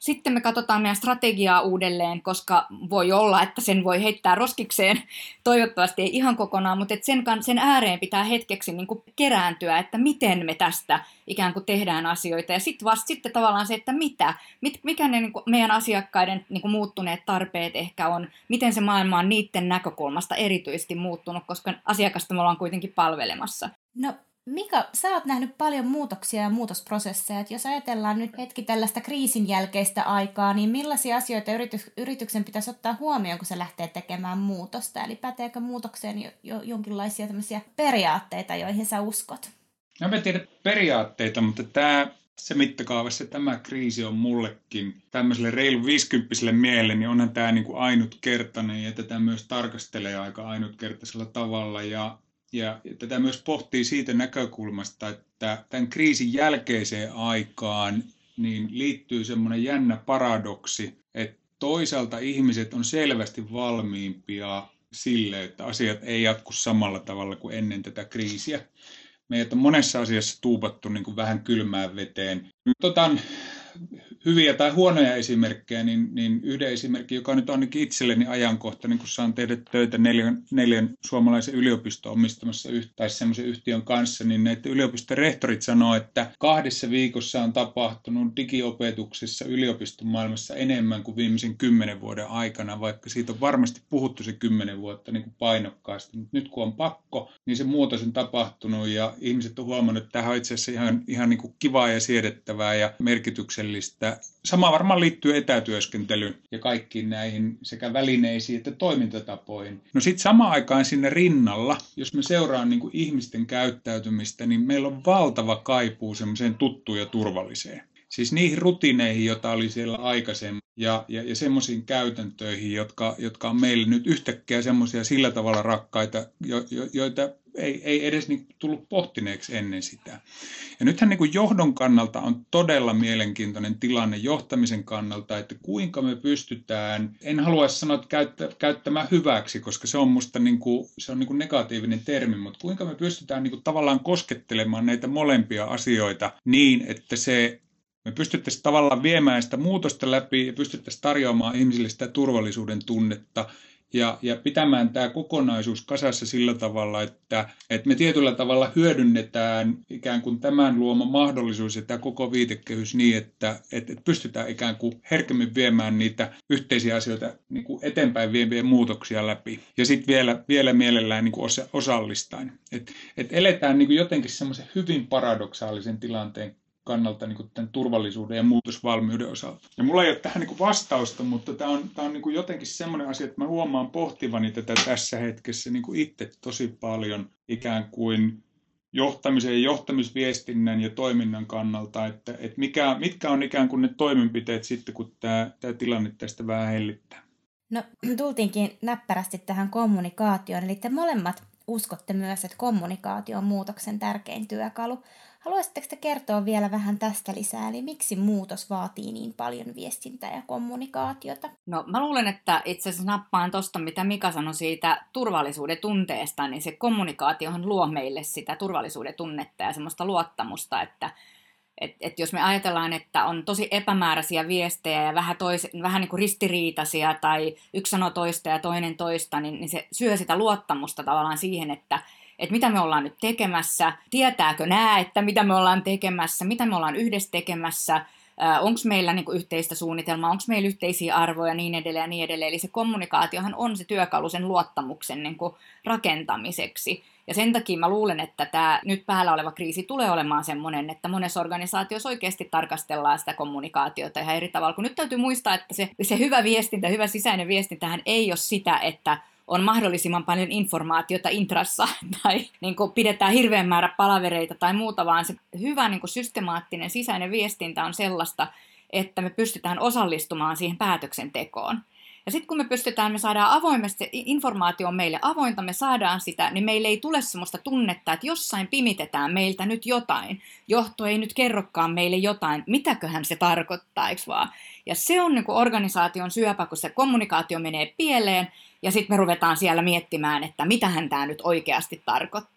Sitten me katsotaan meidän strategiaa uudelleen, koska voi olla, että sen voi heittää roskikseen, toivottavasti ei ihan kokonaan, mutta et sen, sen ääreen pitää hetkeksi niin kuin kerääntyä, että miten me tästä ikään kuin tehdään asioita. Ja sitten vasta sitten tavallaan se, että mitä, mit, mikä ne niin kuin meidän asiakkaiden niin kuin muuttuneet tarpeet ehkä on, miten se maailma on niiden näkökulmasta erityisesti muuttunut, koska asiakasta me ollaan kuitenkin palvelemassa. No Mika, sä oot nähnyt paljon muutoksia ja muutosprosesseja. Et jos ajatellaan nyt hetki tällaista kriisin jälkeistä aikaa, niin millaisia asioita yritys, yrityksen pitäisi ottaa huomioon, kun se lähtee tekemään muutosta? Eli päteekö muutokseen jo, jo, jonkinlaisia tämmöisiä periaatteita, joihin sä uskot? No mä tiedän periaatteita, mutta tämä, se mittakaavassa tämä kriisi on mullekin tämmöiselle reilu viisikymppiselle miehelle, niin onhan tämä niin kuin ainutkertainen ja tätä myös tarkastelee aika ainutkertaisella tavalla ja Ja tätä myös pohtii siitä näkökulmasta, että tämän kriisin jälkeiseen aikaan niin liittyy semmoinen jännä paradoksi, että toisaalta ihmiset on selvästi valmiimpia sille, että asiat ei jatku samalla tavalla kuin ennen tätä kriisiä. Meidät on monessa asiassa tuupattu niin kuin vähän kylmään veteen. Nyt otan hyviä tai huonoja esimerkkejä, niin, niin yhden esimerkin, joka nyt on ainakin itselleni ajankohtainen, kun saan tehdä töitä neljän, neljän suomalaisen yliopiston omistamassa yh, tai semmoisen yhtiön kanssa, niin näiden yliopiston rehtorit sanoo, että kahdessa viikossa on tapahtunut digiopetuksessa yliopiston maailmassa enemmän kuin viimeisen kymmenen vuoden aikana, vaikka siitä on varmasti puhuttu se kymmenen vuotta niin kuin painokkaasti. Mutta nyt kun on pakko, niin se muutos on tapahtunut ja ihmiset on huomannut, että tämä on itse asiassa ihan, ihan niin kuin kivaa ja siedettävää ja merkityksellistä. Sama varmaan liittyy etätyöskentelyyn ja kaikkiin näihin sekä välineisiin että toimintatapoihin. No sitten samaan aikaan sinne rinnalla, jos me seuraan niin kuin ihmisten käyttäytymistä, niin meillä on valtava kaipuu semmoiseen tuttuun ja turvalliseen. Siis niihin rutiineihin, joita oli siellä aikaisemmin ja, ja, ja semmoisiin käytäntöihin, jotka, jotka on meille nyt yhtäkkiä semmoisia sillä tavalla rakkaita, jo, jo, joita ei, ei edes niin tullut pohtineeksi ennen sitä. Ja nythän niin kuin johdon kannalta on todella mielenkiintoinen tilanne johtamisen kannalta, että kuinka me pystytään, en haluaisi sanoa, että käyttä, käyttämään hyväksi, koska se on musta niin kuin, se on niin kuin negatiivinen termi, mutta kuinka me pystytään niin kuin tavallaan koskettelemaan näitä molempia asioita niin, että se me pystyttäisiin tavallaan viemään sitä muutosta läpi ja pystyttäisiin tarjoamaan ihmisille sitä turvallisuuden tunnetta ja, ja pitämään tämä kokonaisuus kasassa sillä tavalla, että, että me tietyllä tavalla hyödynnetään ikään kuin tämän luoma mahdollisuus ja tämä koko viitekehys niin, että, että pystytään ikään kuin herkemmin viemään niitä yhteisiä asioita niin kuin eteenpäin vievien muutoksia läpi. Ja sitten vielä, vielä mielellään niin kuin osa, osallistain. Että et eletään niin kuin jotenkin semmoisen hyvin paradoksaalisen tilanteen kannalta niin kuin tämän turvallisuuden ja muutosvalmiuden osalta. Ja mulla ei ole tähän niin kuin vastausta, mutta tämä on, tämä on niin kuin jotenkin semmoinen asia, että mä huomaan pohtivani tätä tässä hetkessä niin kuin itse tosi paljon ikään kuin johtamisen ja johtamisviestinnän ja toiminnan kannalta, että, että mikä, mitkä on ikään kuin ne toimenpiteet sitten, kun tämä, tämä tilanne tästä vähän hellittää. No, tultiinkin näppärästi tähän kommunikaatioon, eli te molemmat uskotte myös, että kommunikaatio on muutoksen tärkein työkalu. Haluaisitteko te kertoa vielä vähän tästä lisää, eli miksi muutos vaatii niin paljon viestintää ja kommunikaatiota? No mä luulen, että itse asiassa nappaan tuosta, mitä Mika sanoi siitä turvallisuuden tunteesta, niin se kommunikaatiohan luo meille sitä turvallisuuden tunnetta ja semmoista luottamusta, että et, et jos me ajatellaan, että on tosi epämääräisiä viestejä ja vähän, tois, vähän niin kuin ristiriitaisia tai yksi sanoo toista ja toinen toista, niin, niin se syö sitä luottamusta tavallaan siihen, että että mitä me ollaan nyt tekemässä, tietääkö nämä, että mitä me ollaan tekemässä, mitä me ollaan yhdessä tekemässä, onko meillä niinku yhteistä suunnitelmaa, onko meillä yhteisiä arvoja ja niin edelleen ja niin edelleen. Eli se kommunikaatiohan on se työkalu sen luottamuksen niinku rakentamiseksi. Ja sen takia mä luulen, että tämä nyt päällä oleva kriisi tulee olemaan semmoinen, että monessa organisaatiossa oikeasti tarkastellaan sitä kommunikaatiota ihan eri tavalla. Kun nyt täytyy muistaa, että se, se hyvä viestintä, hyvä sisäinen viestintähän ei ole sitä, että on mahdollisimman paljon informaatiota intrassa tai niin kuin pidetään hirveän määrä palavereita tai muuta, vaan se hyvä niin kuin systemaattinen sisäinen viestintä on sellaista, että me pystytään osallistumaan siihen päätöksentekoon. Ja sitten kun me pystytään, me saadaan avoimesti, informaatio on meille avointa, me saadaan sitä, niin meille ei tule sellaista tunnetta, että jossain pimitetään meiltä nyt jotain. Johto ei nyt kerrokaan meille jotain, mitäköhän se tarkoittaa, eikö vaan? Ja se on niin kuin organisaation syöpä, kun se kommunikaatio menee pieleen, ja sitten me ruvetaan siellä miettimään, että mitähän tämä nyt oikeasti tarkoittaa.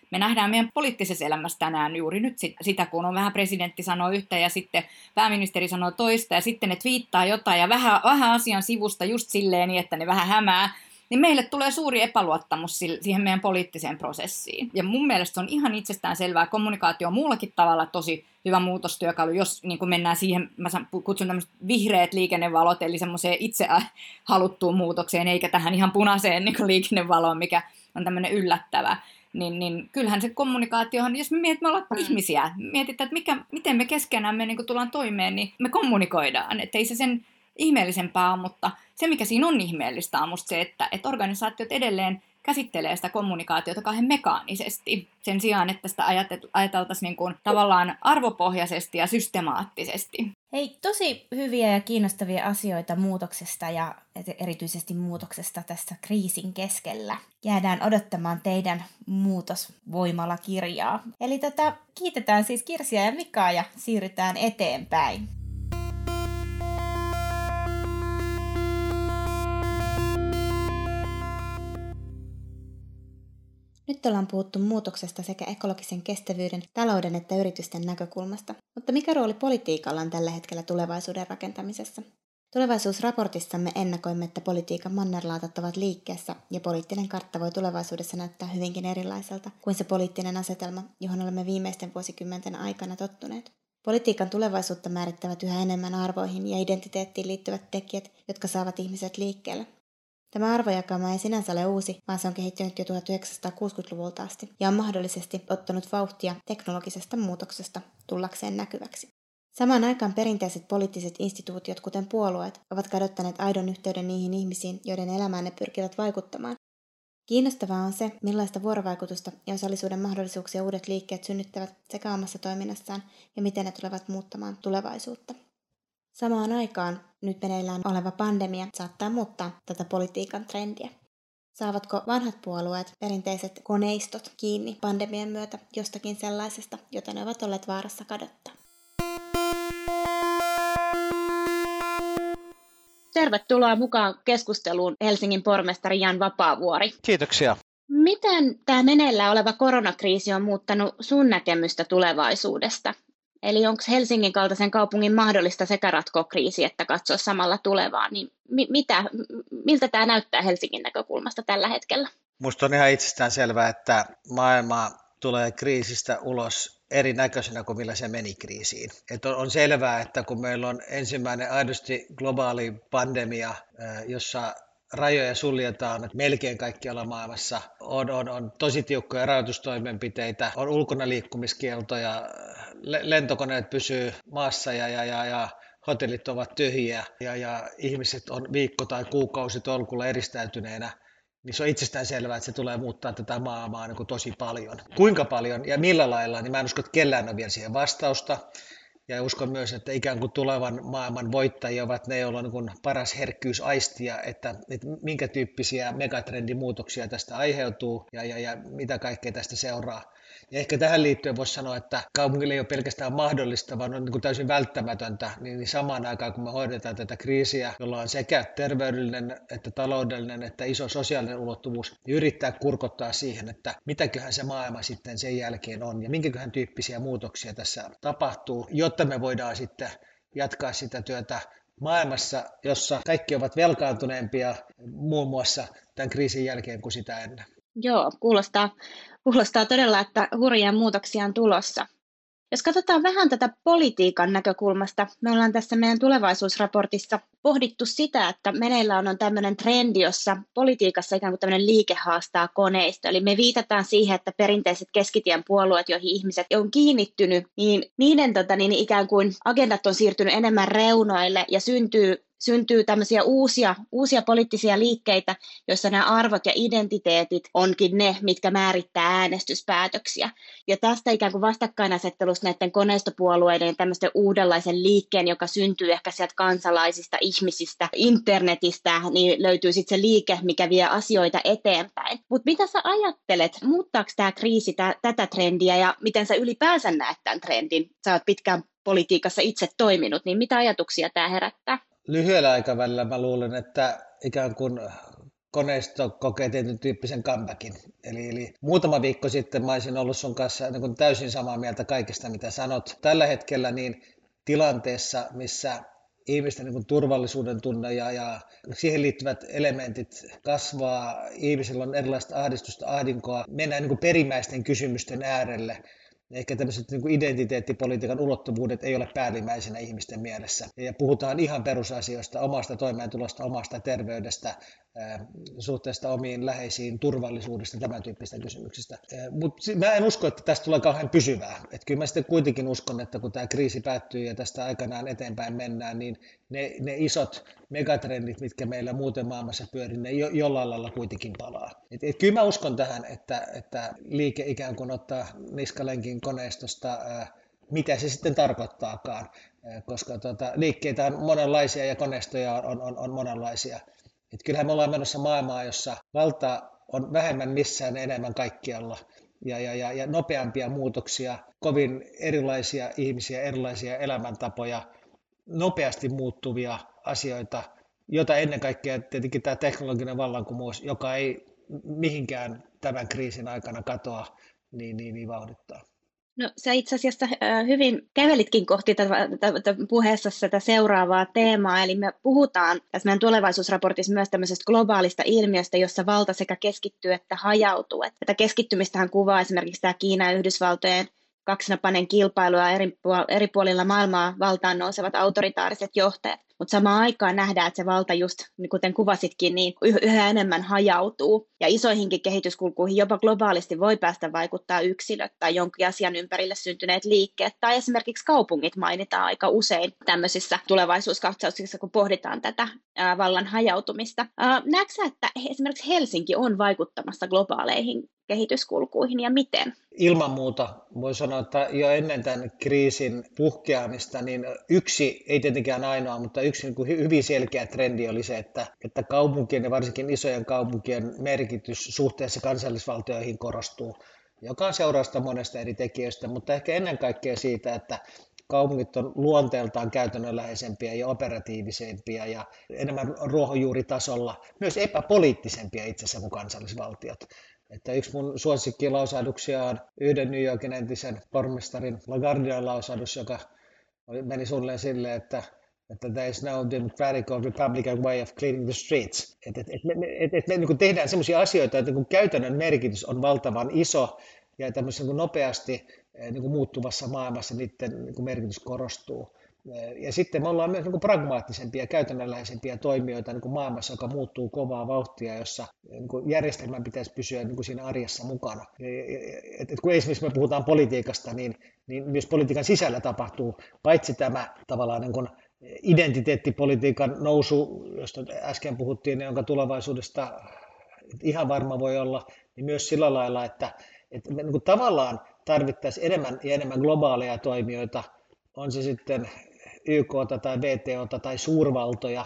me nähdään meidän poliittisessa elämässä tänään juuri nyt sitä, kun on vähän presidentti sanoo yhtä ja sitten pääministeri sanoo toista ja sitten ne twiittaa jotain ja vähän, vähän asian sivusta just silleen niin, että ne vähän hämää, niin meille tulee suuri epäluottamus siihen meidän poliittiseen prosessiin. Ja mun mielestä se on ihan itsestään selvää. Kommunikaatio on muullakin tavalla tosi hyvä muutostyökalu, jos niin kun mennään siihen, mä kutsun tämmöiset vihreät liikennevalot, eli semmoiseen itse haluttuun muutokseen, eikä tähän ihan punaiseen niin liikennevaloon, mikä on tämmöinen yllättävä. Niin, niin kyllähän se kommunikaatiohan, jos me mietimme, me ollaan ihmisiä, mietitään, että mikä, miten me keskenään me niin tullaan toimeen, niin me kommunikoidaan. Että ei se sen ihmeellisempää ole, mutta se mikä siinä on ihmeellistä on musta se, että, että organisaatiot edelleen käsittelee sitä kommunikaatiota kauhean mekaanisesti sen sijaan, että sitä ajateltaisiin niin kuin tavallaan arvopohjaisesti ja systemaattisesti. Hei, tosi hyviä ja kiinnostavia asioita muutoksesta ja erityisesti muutoksesta tässä kriisin keskellä. Jäädään odottamaan teidän muutosvoimala-kirjaa. Eli tätä kiitetään siis Kirsiä ja Mikaa ja siirrytään eteenpäin. Nyt ollaan puhuttu muutoksesta sekä ekologisen kestävyyden, talouden että yritysten näkökulmasta. Mutta mikä rooli politiikalla on tällä hetkellä tulevaisuuden rakentamisessa? Tulevaisuusraportissamme ennakoimme, että politiikan mannerlaatat ovat liikkeessä ja poliittinen kartta voi tulevaisuudessa näyttää hyvinkin erilaiselta kuin se poliittinen asetelma, johon olemme viimeisten vuosikymmenten aikana tottuneet. Politiikan tulevaisuutta määrittävät yhä enemmän arvoihin ja identiteettiin liittyvät tekijät, jotka saavat ihmiset liikkeelle. Tämä arvojakauma ei sinänsä ole uusi, vaan se on kehittynyt jo tuhatyhdeksänsataakuusikymmentäluvulta asti ja on mahdollisesti ottanut vauhtia teknologisesta muutoksesta tullakseen näkyväksi. Samaan aikaan perinteiset poliittiset instituutiot, kuten puolueet, ovat kadottaneet aidon yhteyden niihin ihmisiin, joiden elämään ne pyrkivät vaikuttamaan. Kiinnostavaa on se, millaista vuorovaikutusta ja osallisuuden mahdollisuuksia uudet liikkeet synnyttävät sekä omassa toiminnassaan ja miten ne tulevat muuttamaan tulevaisuutta. Samaan aikaan nyt meneillään oleva pandemia saattaa muuttaa tätä politiikan trendiä. Saavatko vanhat puolueet, perinteiset koneistot kiinni pandemian myötä jostakin sellaisesta, jota ne ovat olleet vaarassa kadottaa? Tervetuloa mukaan keskusteluun Helsingin pormestari Jan Vapaavuori. Kiitoksia. Miten tämä meneillään oleva koronakriisi on muuttanut sun näkemystä tulevaisuudesta? Eli onko Helsingin kaltaisen kaupungin mahdollista sekä ratkoa kriisi että katsoa samalla tulevaa? Niin mi- mitä, miltä tämä näyttää Helsingin näkökulmasta tällä hetkellä? Minusta on ihan itsestään selvää, että maailma tulee kriisistä ulos erinäköisenä kuin millä se meni kriisiin. Et on, on selvää, että kun meillä on ensimmäinen aidosti globaali pandemia, jossa rajoja suljetaan melkein kaikkialla maailmassa, on, on, on tosi tiukkoja rajoitustoimenpiteitä, on ulkona liikkumiskieltoja, lentokoneet pysyy maassa ja, ja, ja, ja hotellit ovat tyhjiä ja, ja ihmiset on viikko tai kuukausi tolkulla eristäytyneenä, niin se on itsestään selvää, että se tulee muuttaa tätä maailmaa niin kuin tosi paljon. Kuinka paljon ja millä lailla, niin mä en usko, että kellään on vielä siihen vastausta. Ja uskon myös, että ikään kuin tulevan maailman voittajia ovat ne, joilla on niin kuin paras herkkyys aistia, että, että minkä tyyppisiä megatrendimuutoksia tästä aiheutuu ja, ja, ja mitä kaikkea tästä seuraa. Ja ehkä tähän liittyen voisi sanoa, että kaupungille ei ole pelkästään mahdollista, vaan on niin kuin täysin välttämätöntä, niin, niin samaan aikaan kun me hoidetaan tätä kriisiä, jolla on sekä terveydellinen että taloudellinen että iso sosiaalinen ulottuvuus, niin yrittää kurkottaa siihen, että mitäköhän se maailma sitten sen jälkeen on ja minkäköhän tyyppisiä muutoksia tässä tapahtuu, jotta me voidaan sitten jatkaa sitä työtä maailmassa, jossa kaikki ovat velkaantuneempia muun muassa tämän kriisin jälkeen kuin sitä ennen. Joo, kuulostaa, kuulostaa todella, että hurjia muutoksia on tulossa. Jos katsotaan vähän tätä politiikan näkökulmasta, me ollaan tässä meidän tulevaisuusraportissa pohdittu sitä, että meneillään on tämmöinen trendi, jossa politiikassa ikään kuin tämmöinen liike haastaa koneista. Eli me viitataan siihen, että perinteiset keskitien puolueet, joihin ihmiset on kiinnittynyt, niin niiden tota, niin ikään kuin agendat on siirtynyt enemmän reunoille ja syntyy syntyy tämmöisiä uusia, uusia poliittisia liikkeitä, joissa nämä arvot ja identiteetit onkin ne, mitkä määrittää äänestyspäätöksiä. Ja tästä ikään kuin vastakkainasettelusta näiden koneistopuolueiden ja tämmöisten uudenlaisen liikkeen, joka syntyy ehkä sieltä kansalaisista, ihmisistä, internetistä, niin löytyy sitten se liike, mikä vie asioita eteenpäin. Mutta mitä sä ajattelet, muuttaako tämä kriisi tää, tätä trendiä ja miten sä ylipäänsä näet tämän trendin? Sä oot pitkään politiikassa itse toiminut, niin mitä ajatuksia tämä herättää? Lyhyellä aikavälillä mä luulen, että ikään kuin koneisto kokee tietyn tyyppisen comebackin. Eli, eli muutama viikko sitten mä olisin ollut sun kanssa niin kuin täysin samaa mieltä kaikesta, mitä sanot. Tällä hetkellä niin tilanteessa, missä ihmisten niin kuin turvallisuuden tunne ja, ja siihen liittyvät elementit kasvaa, ihmisillä on erilaista ahdistusta, ahdinkoa, mennään niin kuin perimmäisten kysymysten äärelle. Ehkä tämmöiset niin kuin identiteettipolitiikan ulottuvuudet ei ole päällimmäisenä ihmisten mielessä. Ja puhutaan ihan perusasioista, omasta toimeentulosta, omasta terveydestä, suhteesta omiin läheisiin, turvallisuudesta, tämän tyyppistä kysymyksistä. Mutta mä en usko, että tästä tulee kauhean pysyvää. Et kyllä mä sitten kuitenkin uskon, että kun tämä kriisi päättyy ja tästä aikanaan eteenpäin mennään, niin ne, ne isot megatrendit, mitkä meillä muuten maailmassa pyörii, ne jo, jollain lailla kuitenkin palaa. Et, et kyllä mä uskon tähän, että, että liike ikään kuin ottaa niskalenkin koneistosta, ää, mitä se sitten tarkoittaakaan, ää, koska tota, liikkeitä on monenlaisia ja koneistoja on, on, on monenlaisia. Et kyllähän me ollaan menossa maailmaa, jossa valta on vähemmän missään enemmän kaikkialla ja, ja, ja, ja nopeampia muutoksia, kovin erilaisia ihmisiä, erilaisia elämäntapoja, nopeasti muuttuvia asioita, jota ennen kaikkea tietenkin tämä teknologinen vallankumous, joka ei mihinkään tämän kriisin aikana katoa, niin, niin, niin vauhdittaa. No sä itse asiassa äh, hyvin kävelitkin kohti tätä, tätä puheessa tätä seuraavaa teemaa, eli me puhutaan tässä meidän tulevaisuusraportissa myös tämmöisestä globaalista ilmiöstä, jossa valta sekä keskittyy että hajautuu. Et tätä keskittymistähän kuvaa esimerkiksi tämä Kiinan ja Yhdysvaltojen kaksinapainen kilpailu ja eri, puol- eri puolilla maailmaa valtaan nousevat autoritaariset johtajat. Mutta samaan aikaan nähdään, että se valta just, niin kuten kuvasitkin, niin yhä enemmän hajautuu. Ja isoihinkin kehityskulkuihin jopa globaalisti voi päästä vaikuttaa yksilöt tai jonkin asian ympärille syntyneet liikkeet. Tai esimerkiksi kaupungit mainitaan aika usein tämmöisissä tulevaisuuskatsauksissa, kun pohditaan tätä ää, vallan hajautumista. Ää, näetkö sä, että esimerkiksi Helsinki on vaikuttamassa globaaleihin kehityskulkuihin ja miten? Ilman muuta voi sanoa, että jo ennen tämän kriisin puhkeamista, niin yksi, ei tietenkään ainoa, mutta yksi niin kuin hyvin selkeä trendi oli se, että, että kaupunkien ja varsinkin isojen kaupunkien merkitys suhteessa kansallisvaltioihin korostuu, joka on seurausta monesta eri tekijöistä, mutta ehkä ennen kaikkea siitä, että kaupungit on luonteeltaan käytännönläheisempiä ja operatiivisempia ja enemmän ruohonjuuritasolla, myös epäpoliittisempia itse asiassa kuin kansallisvaltiot. Että yksi mun suosikkilausahduksia on yhden New Yorkin entisen pormestarin LaGuardian lausahdus, joka meni suunnilleen silleen, että, että there is no democratic or republican way of cleaning the streets. Että et, et me, et, et me niin kuin tehdään sellaisia asioita, että niin käytännön merkitys on valtavan iso ja tämmöisessä niin nopeasti niin kuin muuttuvassa maailmassa niiden niin kuin merkitys korostuu. Ja sitten me ollaan myös niin kuin pragmaattisempia ja käytännönläheisempiä toimijoita niin kuin maailmassa, joka muuttuu kovaa vauhtia, jossa niin kuin järjestelmän pitäisi pysyä niin kuin siinä arjessa mukana. Et, et kun esimerkiksi me puhutaan politiikasta, niin, niin myös politiikan sisällä tapahtuu paitsi tämä tavallaan niin kuin identiteettipolitiikan nousu, josta äsken puhuttiin, jonka tulevaisuudesta ihan varma voi olla, niin myös sillä lailla, että, että me niin kuin tavallaan tarvittaisiin enemmän ja enemmän globaaleja toimijoita, on se sitten Y K:ta tai V T O:ta tai suurvaltoja,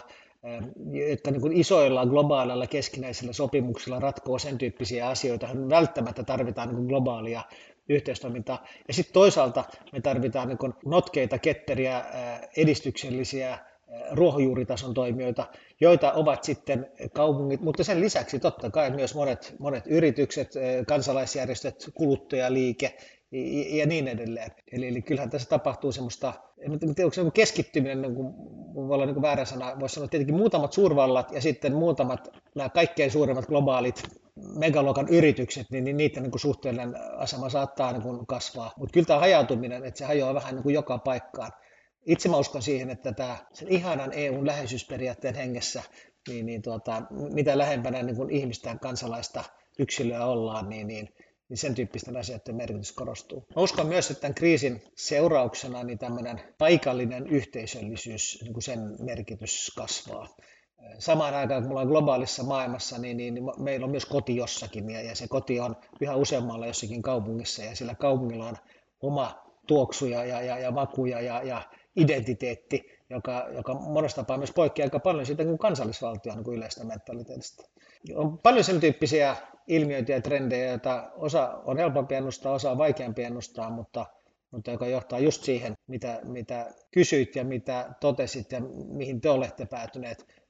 jotka niin kuin isoilla globaaleilla keskinäisillä sopimuksilla ratkoo sen tyyppisiä asioita. Välttämättä tarvitaan niin kuin globaalia yhteistoimintaa. Ja sitten toisaalta me tarvitaan niin kuin notkeita, ketteriä, edistyksellisiä ruohonjuuritason toimijoita, joita ovat sitten kaupungit, mutta sen lisäksi totta kai myös monet, monet yritykset, kansalaisjärjestöt, kuluttajaliike ja niin edelleen. Eli, eli kyllähän tässä tapahtuu semmoista, en tiedä, onko se keskittyminen, niin kuin, voi olla niin kuin väärä sana, voisi sanoa tietenkin muutamat suurvallat ja sitten muutamat nämä kaikkein suuremmat globaalit megaluokan yritykset, niin, niin niiden niin kuin suhteellinen asema saattaa niin kuin kasvaa. Mutta kyllä tämä hajautuminen, että se hajoaa vähän niin kuin joka paikkaan. Itse mä uskon siihen, että tämä, sen ihanan E U:n läheisyysperiaatteen hengessä, niin, niin tuota, mitä lähempänä niin kuin ihmistä, kansalaista, yksilöä ollaan, niin, niin niin sen tyyppisten asioiden merkitys korostuu. Mä uskon myös, että tämän kriisin seurauksena niin tämmöinen paikallinen yhteisöllisyys, niin kuin sen merkitys kasvaa. Samaan aikaan, kun me ollaan globaalissa maailmassa, niin, niin, niin meillä on myös koti jossakin, ja, ja se koti on yhä useammalla jossakin kaupungissa, ja sillä kaupungilla on oma tuoksuja ja, ja, ja makuja ja, ja identiteetti, joka, joka monesta tapaa myös poikkeaa aika paljon siitä kuin kansallisvaltion niin kuin yleistä mentaliteetista. On paljon sen tyyppisiä ilmiöitä ja trendejä, joita osa on helpompi ennustaa, osa on vaikeampi ennustaa, mutta, mutta joka johtaa just siihen, mitä, mitä kysyit ja mitä totesit ja mihin te olette päätyneet.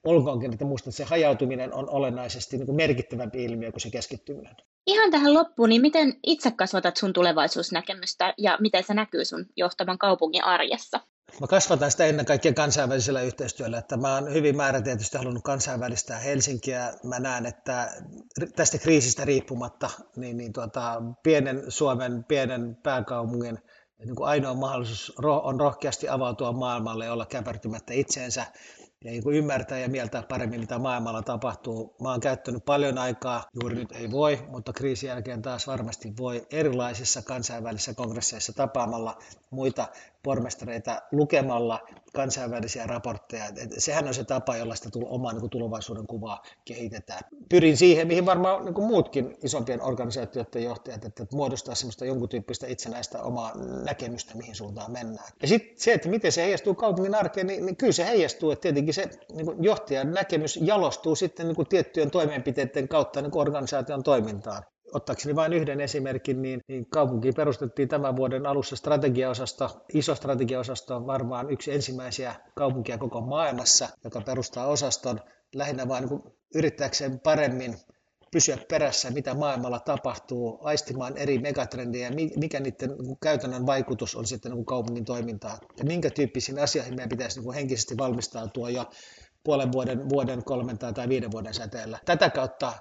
olkoonkin, että musta se hajautuminen on olennaisesti niin kuin merkittävämpi ilmiö kuin se keskittyminen. Ihan tähän loppuun, niin miten itse kasvatat sun tulevaisuusnäkemystä ja miten se näkyy sun johtavan kaupungin arjessa? Mä kasvatan sitä ennen kaikkea kansainvälisellä yhteistyöllä, että mä oon hyvin määrätietoisesti halunnut kansainvälistää Helsinkiä. Mä näen, että tästä kriisistä riippumatta niin, niin tuota, pienen Suomen, pienen pääkaupungin niin kuin ainoa mahdollisuus on rohkeasti avautua maailmalle ja olla käpertymättä itseensä ja niin kuin ymmärtää ja mieltää paremmin, mitä maailmalla tapahtuu. Mä oon käyttänyt paljon aikaa, juuri nyt ei voi, mutta kriisin jälkeen taas varmasti voi erilaisissa kansainvälisissä kongresseissa tapaamalla muita pormestareita, lukemalla kansainvälisiä raportteja. Et sehän on se tapa, jolla sitä omaa niin tulevaisuuden kuvaa kehitetään. Pyrin siihen, mihin varmaan niin kuin muutkin isompien organisaatioiden johtajat, että muodostaa semmoista jonkun tyyppistä itsenäistä omaa näkemystä, mihin suuntaan mennään. Ja sitten se, että miten se heijastuu kaupungin arkeen, niin, niin kyllä se heijastuu, että tietenkin se niin kuin johtajan näkemys jalostuu sitten niin kuin tiettyjen toimenpiteiden kautta niin kuin organisaation toimintaan. Ottaakseni vain yhden esimerkin, niin, niin kaupunkiin perustettiin tämän vuoden alussa strategiaosasto. Iso strategiaosasto on varmaan yksi ensimmäisiä kaupunkia koko maailmassa, joka perustaa osaston lähinnä vain niin yrittääkseen paremmin pysyä perässä, mitä maailmalla tapahtuu, aistimaan eri megatrendejä, mikä niiden käytännön vaikutus on sitten niin kaupungin toimintaan. Ja minkä tyyppisiin asioihin meidän pitäisi niin henkisesti valmistautua jo puolen vuoden, vuoden, kolmen tai viiden vuoden säteellä. Tätä kautta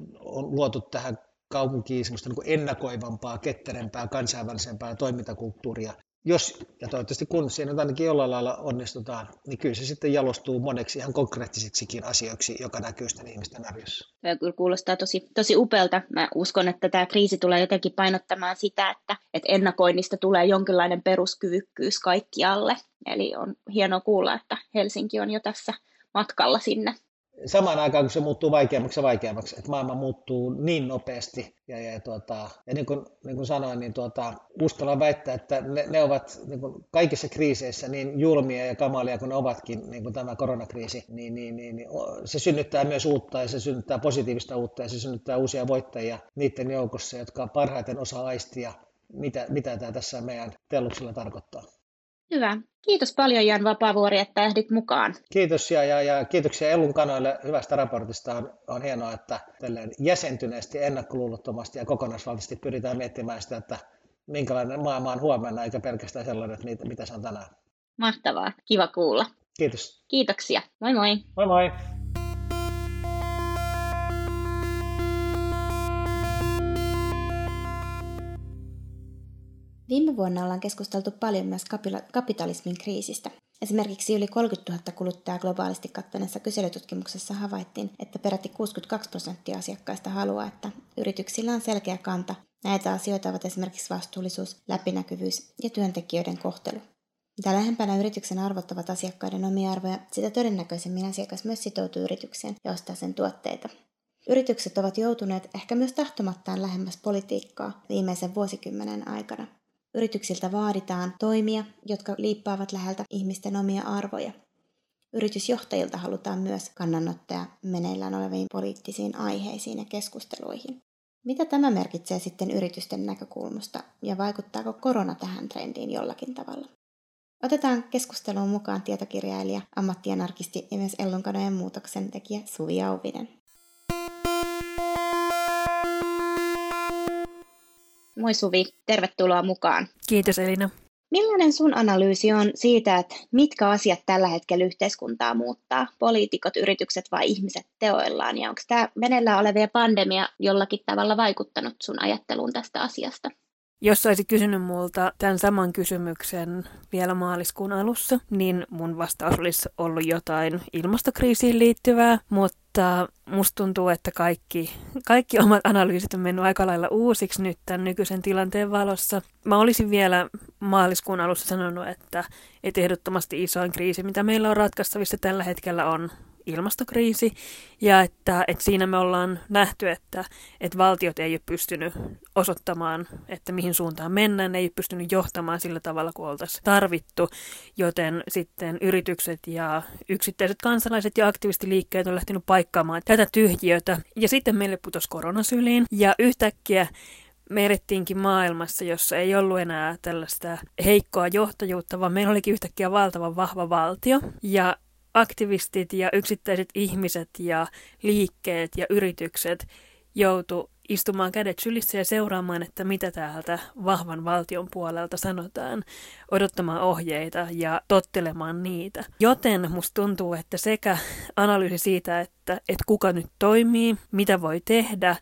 on luotu tähän kaupunkiin semmoista niin kuin ennakoivampaa, ketterempää, kansainvälisempää toimintakulttuuria. Jos, ja toivottavasti kun siinä ainakin jollain lailla onnistutaan, niin kyllä se sitten jalostuu moneksi ihan konkreettisiksikin asioiksi, joka näkyy sitten ihmisten arjessa. Tämä kyllä kuulostaa tosi, tosi upealta. Mä uskon, että tämä kriisi tulee jotenkin painottamaan sitä, että, että ennakoinnista tulee jonkinlainen peruskyvykkyys kaikkialle. Eli on hienoa kuulla, että Helsinki on jo tässä matkalla sinne. Samaan aikaan, kun se muuttuu vaikeammaksi ja vaikeammaksi, että maailma muuttuu niin nopeasti. Ja, ja, tuota, ja niin, kuin, niin kuin sanoin, niin tuota, uskallan väittää, että ne, ne ovat niin kuin kaikissa kriiseissä niin julmia ja kamalia kuin ne ovatkin, niin kuin tämä koronakriisi, niin, niin, niin, niin se synnyttää myös uutta ja se synnyttää positiivista uutta ja se synnyttää uusia voittajia niiden joukossa, jotka parhaiten osaa aistia, mitä, mitä tämä tässä meidän telluksella tarkoittaa. Hyvä. Kiitos paljon Jan Vapaavuori, että ehdit mukaan. Kiitos ja, ja, ja kiitoksia Ellun kanoille hyvästä raportista. On, on hienoa, että jäsentyneesti, ennakkoluulottomasti ja kokonaisvaltaisesti pyritään miettimään sitä, että minkälainen maailma on huomenna, eikä pelkästään sellainen, että mitä se on tänään. Mahtavaa. Kiva kuulla. Kiitos. Kiitoksia. Moi moi. Moi moi. Viime vuonna ollaan keskusteltu paljon myös kapitalismin kriisistä. Esimerkiksi yli kolmekymmentätuhatta kuluttajaa globaalisti kattaneessa kyselytutkimuksessa havaittiin, että peräti kuusikymmentäkaksi prosenttia asiakkaista haluaa, että yrityksillä on selkeä kanta. Näitä asioita ovat esimerkiksi vastuullisuus, läpinäkyvyys ja työntekijöiden kohtelu. Mitä lähempänä yrityksen arvot ovat asiakkaiden omia arvoja, sitä todennäköisemmin asiakas myös sitoutuu yritykseen ja ostaa sen tuotteita. Yritykset ovat joutuneet ehkä myös tahtomattaan lähemmäs politiikkaa viimeisen vuosikymmenen aikana. Yrityksiltä vaaditaan toimia, jotka liippaavat läheltä ihmisten omia arvoja. Yritysjohtajilta halutaan myös kannanottoja meneillään oleviin poliittisiin aiheisiin ja keskusteluihin. Mitä tämä merkitsee sitten yritysten näkökulmasta ja vaikuttaako korona tähän trendiin jollakin tavalla? Otetaan keskusteluun mukaan tietokirjailija, ammattianarkisti ja myös Ellunkanojen muutoksen tekijä Suvi Auvinen. Moi Suvi, tervetuloa mukaan. Kiitos Elina. Millainen sun analyysi on siitä, että mitkä asiat tällä hetkellä yhteiskuntaa muuttaa? Poliitikot, yritykset vai ihmiset teoillaan? Ja onko tämä meneillään oleva pandemia jollakin tavalla vaikuttanut sun ajatteluun tästä asiasta? Jos olisit kysynyt multa tämän saman kysymyksen vielä maaliskuun alussa, niin mun vastaus olisi ollut jotain ilmastokriisiin liittyvää, mutta musta tuntuu, että kaikki, kaikki omat analyysit on mennyt aika lailla uusiksi nyt tämän nykyisen tilanteen valossa. Mä olisin vielä maaliskuun alussa sanonut, että, että ehdottomasti isoin kriisi, mitä meillä on ratkaistavissa tällä hetkellä on ilmastokriisi, ja että, että siinä me ollaan nähty, että, että valtiot ei ole pystynyt osoittamaan, että mihin suuntaan mennään, ne ei ole pystynyt johtamaan sillä tavalla, kuin oltaisiin tarvittu, joten sitten yritykset ja yksittäiset kansalaiset ja aktivistiliikkeet on lähtenyt paikkaamaan tätä tyhjiötä, ja sitten meille putosi koronasyliin, ja yhtäkkiä me elettiinkin maailmassa, jossa ei ollut enää tällaista heikkoa johtajuutta, vaan meillä olikin yhtäkkiä valtavan vahva valtio, ja aktivistit ja yksittäiset ihmiset ja liikkeet ja yritykset joutu istumaan kädet sylissä ja seuraamaan, että mitä täältä vahvan valtion puolelta sanotaan, odottamaan ohjeita ja tottelemaan niitä. Joten musta tuntuu, että sekä analyysi siitä, että, että kuka nyt toimii, mitä voi tehdä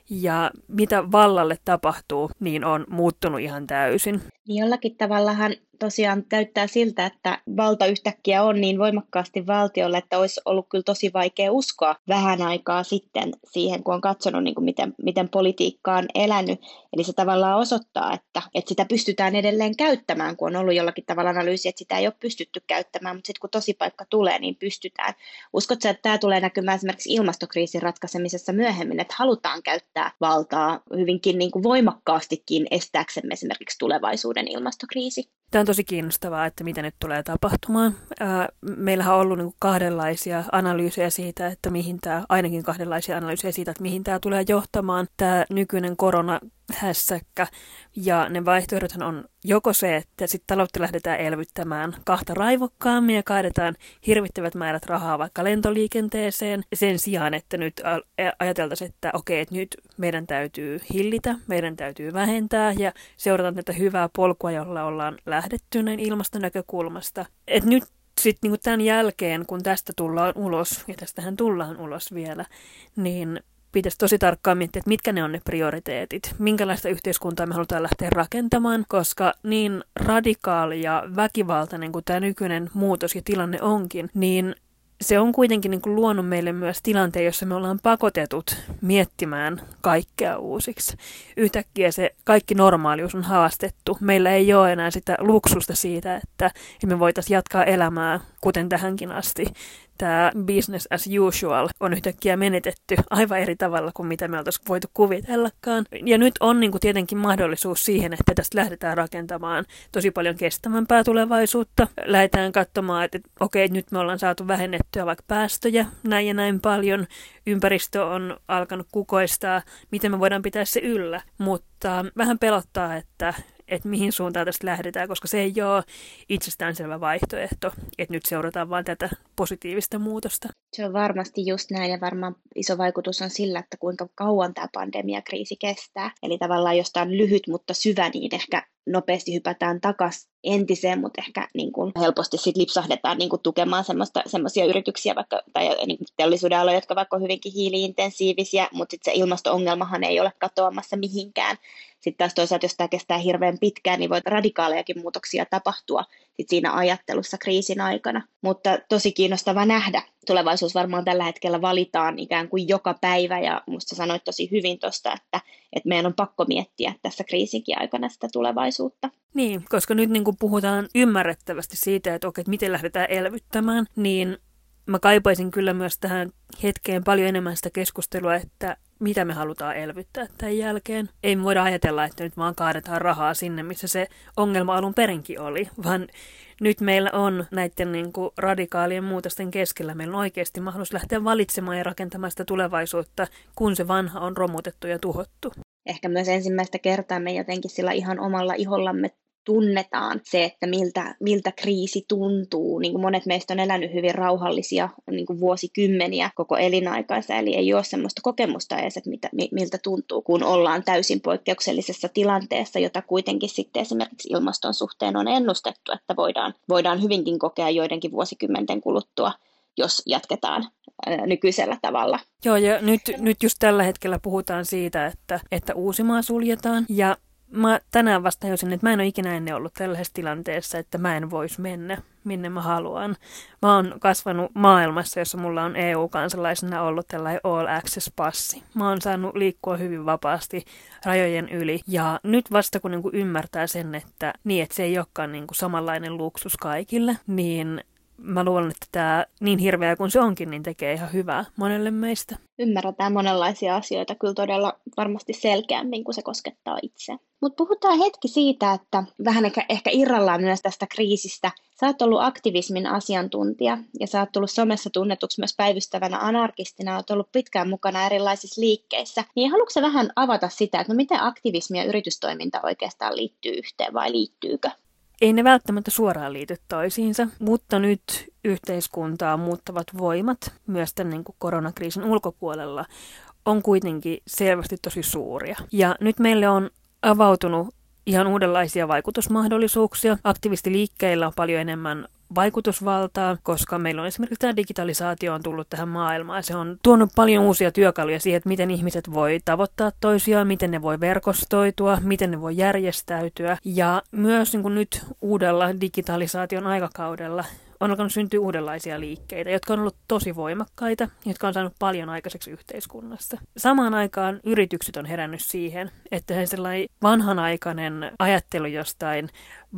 ja mitä vallalle tapahtuu, niin on muuttunut ihan täysin. Niin jollakin tavallahan tosiaan näyttää siltä, että valta yhtäkkiä on niin voimakkaasti valtiolle, että olisi ollut kyllä tosi vaikea uskoa vähän aikaa sitten siihen, kun on katsonut, niin kuin miten, miten politiikka on elänyt. Eli se tavallaan osoittaa, että, että sitä pystytään edelleen käyttämään, kun on ollut jollakin tavalla analyysi, että sitä ei ole pystytty käyttämään, mutta sitten kun tosipaikka tulee, niin pystytään. Uskotko, että tämä tulee näkymään esimerkiksi ilmastokriisin ratkaisemisessa myöhemmin, että halutaan käyttää valtaa hyvinkin niin kuin voimakkaastikin estääksemme esimerkiksi tulevaisuuden ilmastokriisi? Tämä on tosi kiinnostavaa, että mitä nyt tulee tapahtumaan. Meillähän on ollut niin kuin kahdenlaisia analyysejä siitä, että mihin tämä, ainakin kahdenlaisia analyysejä siitä, että mihin tämä tulee johtamaan. Tämä nykyinen koronahässäkkä ja ne vaihtoehdothan on joko se, että sitten taloutta lähdetään elvyttämään kahta raivokkaammin ja kaadetaan hirvittävät määrät rahaa vaikka lentoliikenteeseen sen sijaan, että nyt ajateltaisiin, että okei, että nyt meidän täytyy hillitä, meidän täytyy vähentää ja seurata tätä hyvää polkua, jolla ollaan lähdetty näin ilmaston näkökulmasta. Et nyt sitten niinku tämän jälkeen, kun tästä tullaan ulos, ja tästähän tullaan ulos vielä, niin pitäisi tosi tarkkaan miettiä, että mitkä ne on ne prioriteetit, minkälaista yhteiskuntaa me halutaan lähteä rakentamaan, koska niin radikaali ja väkivaltainen kuin tämä nykyinen muutos ja tilanne onkin, niin se on kuitenkin niin kuin luonut meille myös tilanteen, jossa me ollaan pakotetut miettimään kaikkea uusiksi. Yhtäkkiä se kaikki normaalius on haastettu. Meillä ei ole enää sitä luksusta siitä, että me voitaisiin jatkaa elämää kuten tähänkin asti. Tämä business as usual on yhtäkkiä menetetty aivan eri tavalla kuin mitä me oltaisiin voitu kuvitellakaan. Ja nyt on niin kuin tietenkin mahdollisuus siihen, että tästä lähdetään rakentamaan tosi paljon kestävämpää tulevaisuutta. Lähdetään katsomaan, että okei, nyt me ollaan saatu vähennettyä vaikka päästöjä näin ja näin paljon. Ympäristö on alkanut kukoistaa, miten me voidaan pitää se yllä. Mutta vähän pelottaa, että että mihin suuntaan tästä lähdetään, koska se ei ole itsestäänselvä vaihtoehto, että nyt seurataan vain tätä positiivista muutosta. Se on varmasti just näin ja varmaan iso vaikutus on sillä, että kuinka kauan tämä pandemiakriisi kestää. Eli tavallaan jos tämä on lyhyt, mutta syvä, niin ehkä nopeasti hypätään takaisin entiseen, mutta ehkä niin kuin helposti sit lipsahdetaan niin kuin tukemaan semmoisia yrityksiä vaikka, tai niin kuin teollisuuden aloja, jotka vaikka on hyvinkin hiili-intensiivisiä, mutta sitten se ilmasto-ongelmahan ei ole katoamassa mihinkään. Sitten taas toisaalta, jos tämä kestää hirveän pitkään, niin voi radikaalejakin muutoksia tapahtua sit siinä ajattelussa kriisin aikana. Mutta tosi kiinnostava nähdä. Tulevaisuus varmaan tällä hetkellä valitaan ikään kuin joka päivä, ja musta sanoit tosi hyvin tuosta, että, että meidän on pakko miettiä tässä kriisinkin aikana sitä tulevaisuutta. Niin, koska nyt niin kun puhutaan ymmärrettävästi siitä, että okei, että miten lähdetään elvyttämään, niin mä kaipaisin kyllä myös tähän hetkeen paljon enemmän sitä keskustelua, että mitä me halutaan elvyttää tämän jälkeen. Ei me voida ajatella, että nyt vaan kaadetaan rahaa sinne, missä se ongelma alun perinkin oli, vaan nyt meillä on näiden niin kuin radikaalien muutosten keskellä. Meillä on oikeasti mahdollisuus lähteä valitsemaan ja rakentamaan sitä tulevaisuutta, kun se vanha on romutettu ja tuhottu. Ehkä myös ensimmäistä kertaa me jotenkin sillä ihan omalla ihollamme tunnetaan se, että miltä, miltä kriisi tuntuu. Niin kuin monet meistä on elänyt hyvin rauhallisia niin kuin vuosikymmeniä koko elinaikaansa, eli ei ole sellaista kokemusta edes, että mitä, miltä tuntuu, kun ollaan täysin poikkeuksellisessa tilanteessa, jota kuitenkin sitten esimerkiksi ilmaston suhteen on ennustettu, että voidaan, voidaan hyvinkin kokea joidenkin vuosikymmenten kuluttua, jos jatketaan nykyisellä tavalla. Joo, ja nyt, nyt just tällä hetkellä puhutaan siitä, että, että Uusimaa suljetaan, ja mä tänään vasta tajusin, että mä en ole ikinä ennen ollut tällaisessa tilanteessa, että mä en voisi mennä, minne mä haluan. Mä oon kasvanut maailmassa, jossa mulla on E U-kansalaisena ollut tällainen all access-passi. Mä oon saanut liikkua hyvin vapaasti rajojen yli. Ja nyt vasta kun niinku ymmärtää sen, että, niin, että se ei olekaan niinku samanlainen luksus kaikille, niin mä luulen, että tämä niin hirveä kuin se onkin, niin tekee ihan hyvää monelle meistä. Ymmärretään monenlaisia asioita kyllä todella varmasti selkeämmin, kun se koskettaa itse. Mutta puhutaan hetki siitä, että vähän ehkä, ehkä irrallaan myös tästä kriisistä. Sä oot ollut aktivismin asiantuntija ja sä oot tullut somessa tunnetuksi myös päivystävänä anarkistina. Oot ollut pitkään mukana erilaisissa liikkeissä. Niin haluatko sä vähän avata sitä, että no miten aktivismi ja yritystoiminta oikeastaan liittyy yhteen vai liittyykö? ei ne välttämättä suoraan liity toisiinsa, mutta nyt yhteiskuntaa muuttavat voimat myös tämän niin kuin koronakriisin ulkopuolella on kuitenkin selvästi tosi suuria. Ja nyt meille on avautunut ihan uudenlaisia vaikutusmahdollisuuksia. Aktivistiliikkeillä on paljon enemmän vaikutusvaltaa, koska meillä on esimerkiksi tämä digitalisaatio on tullut tähän maailmaan. Se on tuonut paljon uusia työkaluja siihen, että miten ihmiset voi tavoittaa toisiaan, miten ne voi verkostoitua, miten ne voi järjestäytyä. Ja myös niin kuin nyt uudella digitalisaation aikakaudella on alkanut syntyä uudenlaisia liikkeitä, jotka on ollut tosi voimakkaita, jotka on saanut paljon aikaiseksi yhteiskunnassa. Samaan aikaan yritykset on herännyt siihen, että se sellainen vanhanaikainen ajattelu jostain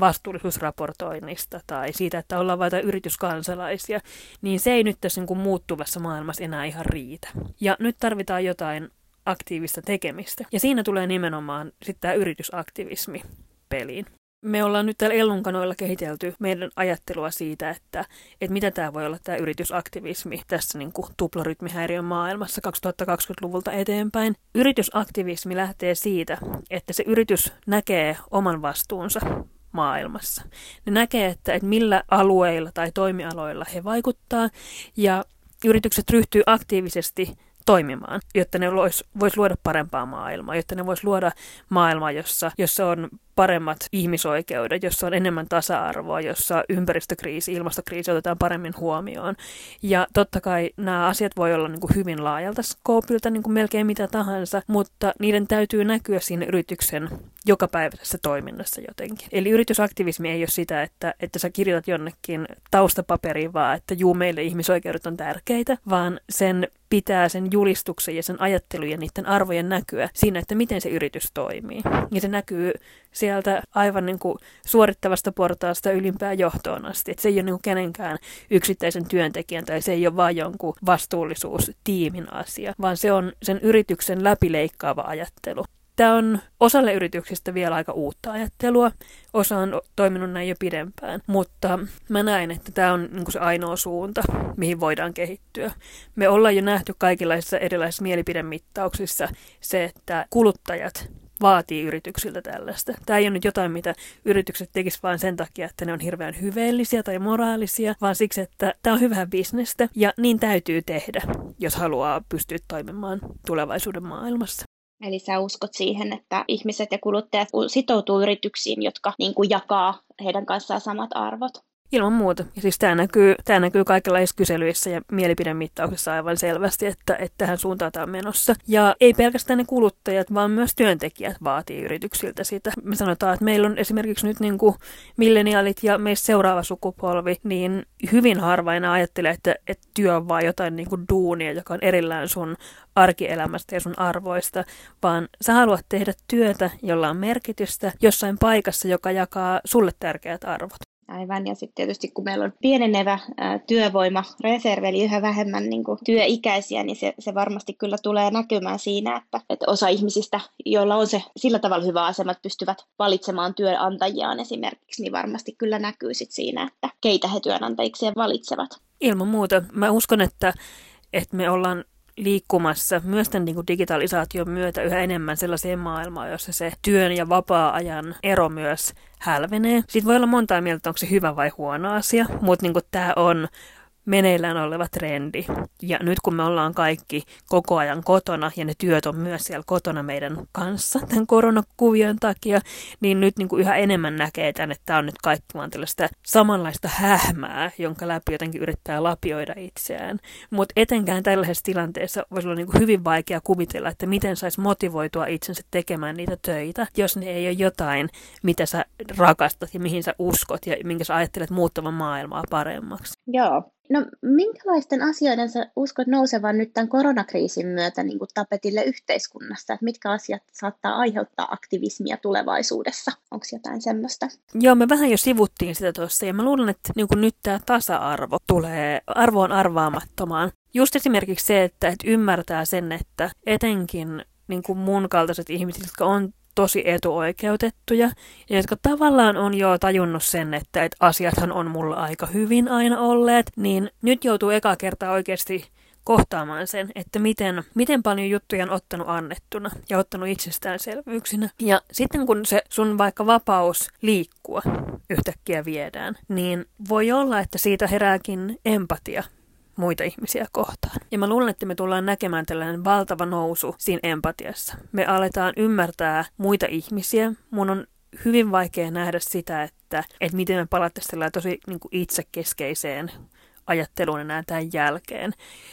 vastuullisuusraportoinnista tai siitä, että ollaan vain yrityskansalaisia, niin se ei nyt tässä niin kuin muuttuvassa maailmassa enää ihan riitä. Ja nyt tarvitaan jotain aktiivista tekemistä. Ja siinä tulee nimenomaan sitten tämä yritysaktivismi peliin. Me ollaan nyt täällä Ellunkanoilla kehitelty meidän ajattelua siitä, että, että mitä tämä voi olla tämä yritysaktivismi tässä niin kuin tuplarytmihäiriön maailmassa kaksituhattakaksikymmentäluvulta eteenpäin. Yritysaktivismi lähtee siitä, että se yritys näkee oman vastuunsa maailmassa. Ne näkee, että, että millä alueilla tai toimialoilla he vaikuttaa ja yritykset ryhtyy aktiivisesti toimimaan, jotta ne vois, vois luoda parempaa maailmaa, jotta ne vois luoda maailmaa, jossa, jossa on paremmat ihmisoikeudet, jossa on enemmän tasa-arvoa, jossa ympäristökriisi, ilmastokriisi otetaan paremmin huomioon. Ja totta kai nämä asiat voi olla niin kuin hyvin laajalta skoopilta, niin kuin melkein mitä tahansa, mutta niiden täytyy näkyä siinä yrityksen jokapäiväisessä toiminnassa jotenkin. Eli yritysaktivismi ei ole sitä, että, että sä kirjoitat jonnekin taustapaperiin vaan, että juu, meille ihmisoikeudet on tärkeitä, vaan sen pitää sen julistuksen ja sen ajattelun ja niiden arvojen näkyä siinä, että miten se yritys toimii. Ja se näkyy sieltä aivan niin kuin suorittavasta portaasta ylimpään johtoon asti. Et se ei ole niin kuin kenenkään yksittäisen työntekijän tai se ei ole vain jonkun vastuullisuustiimin asia, vaan se on sen yrityksen läpileikkaava ajattelu. Tämä on osalle yrityksistä vielä aika uutta ajattelua. Osa on toiminut näin jo pidempään, mutta mä näen, että tämä on niin kuin se ainoa suunta, mihin voidaan kehittyä. Me ollaan jo nähty kaikenlaisissa erilaisissa mielipidemittauksissa se, että kuluttajat vaatii yrityksiltä tällaista. Tämä ei ole nyt jotain, mitä yritykset tekisivät vain sen takia, että ne on hirveän hyveellisiä tai moraalisia, vaan siksi, että tämä on hyvää bisnestä ja niin täytyy tehdä, jos haluaa pystyä toimimaan tulevaisuuden maailmassa. Eli sä uskot siihen, että ihmiset ja kuluttajat sitoutuu yrityksiin, jotka niin kuin jakaa heidän kanssaan samat arvot? Ilman muuta. Ja siis tämä näkyy, tämä näkyy kaikenlaisissa kyselyissä ja mielipidemittauksissa aivan selvästi, että, että tähän suuntaan tämä on menossa. Ja ei pelkästään ne kuluttajat, vaan myös työntekijät vaatii yrityksiltä sitä. Me sanotaan, että meillä on esimerkiksi nyt niin kuin milleniaalit ja meistä seuraava sukupolvi, niin hyvin harva enää ajattelee, että, että työ on vaan jotain niin kuin duunia, joka on erillään sun arkielämästä ja sun arvoista, vaan sä haluat tehdä työtä, jolla on merkitystä jossain paikassa, joka jakaa sulle tärkeät arvot. Aivan, ja sitten tietysti kun meillä on pienenevä ää, työvoimareservi, eli yhä vähemmän niin kuin työikäisiä, niin se, se varmasti kyllä tulee näkymään siinä, että, että osa ihmisistä, joilla on se sillä tavalla hyvä asema, että pystyvät valitsemaan työnantajiaan esimerkiksi, niin varmasti kyllä näkyy sit siinä, että keitä he työnantajikseen valitsevat. Ilman muuta. Mä uskon, että, että me ollaan liikkumassa myös tämän niin kuin digitalisaation myötä yhä enemmän sellaiseen maailmaan, jossa se työn ja vapaa-ajan ero myös hälvenee. Siitä voi olla montaa mieltä, onko se hyvä vai huono asia, mutta niin kuin tämä on meneillään oleva trendi. Ja nyt kun me ollaan kaikki koko ajan kotona ja ne työt on myös siellä kotona meidän kanssa tämän koronakuvion takia, niin nyt niin kuin yhä enemmän näkee tämän, että tämä on nyt kaikki vaan tällaista samanlaista hähmää, jonka läpi jotenkin yrittää lapioida itseään. Mutta etenkään tällaisessa tilanteessa voisi olla niin kuin hyvin vaikea kuvitella, että miten saisi motivoitua itsensä tekemään niitä töitä, jos ne ei ole jotain, mitä sä rakastat ja mihin sä uskot ja minkä sä ajattelet muuttavan maailmaa paremmaksi. Joo. No minkälaisten asioiden sä uskot nousevan nyt tämän koronakriisin myötä niin kuin tapetille yhteiskunnassa? Että mitkä asiat saattaa aiheuttaa aktivismia tulevaisuudessa? Onko jotain semmoista? Joo, me vähän jo sivuttiin sitä tuossa ja mä luulen, että niin kuin nyt tämä tasa-arvo tulee arvoon arvaamattomaan. Just esimerkiksi se, että, että ymmärtää sen, että etenkin niin kuin mun kaltaiset ihmiset, jotka on tosi etuoikeutettuja, ja jotka tavallaan on jo tajunnut sen, että, että asiathan on mulla aika hyvin aina olleet, niin nyt joutuu eka kertaa oikeasti kohtaamaan sen, että miten, miten paljon juttuja on ottanut annettuna ja ottanut itsestäänselvyyksinä. Ja sitten kun se sun vaikka vapaus liikkua yhtäkkiä viedään, niin voi olla, että siitä herääkin empatia muita ihmisiä kohtaan. Ja mä luulen, että me tullaan näkemään tällainen valtava nousu siinä empatiassa. Me aletaan ymmärtää muita ihmisiä. Mun on hyvin vaikea nähdä sitä, että, että miten me palattaisiin tosi niin kuin itsekeskeiseen ajatteluun enää tämän jälkeen.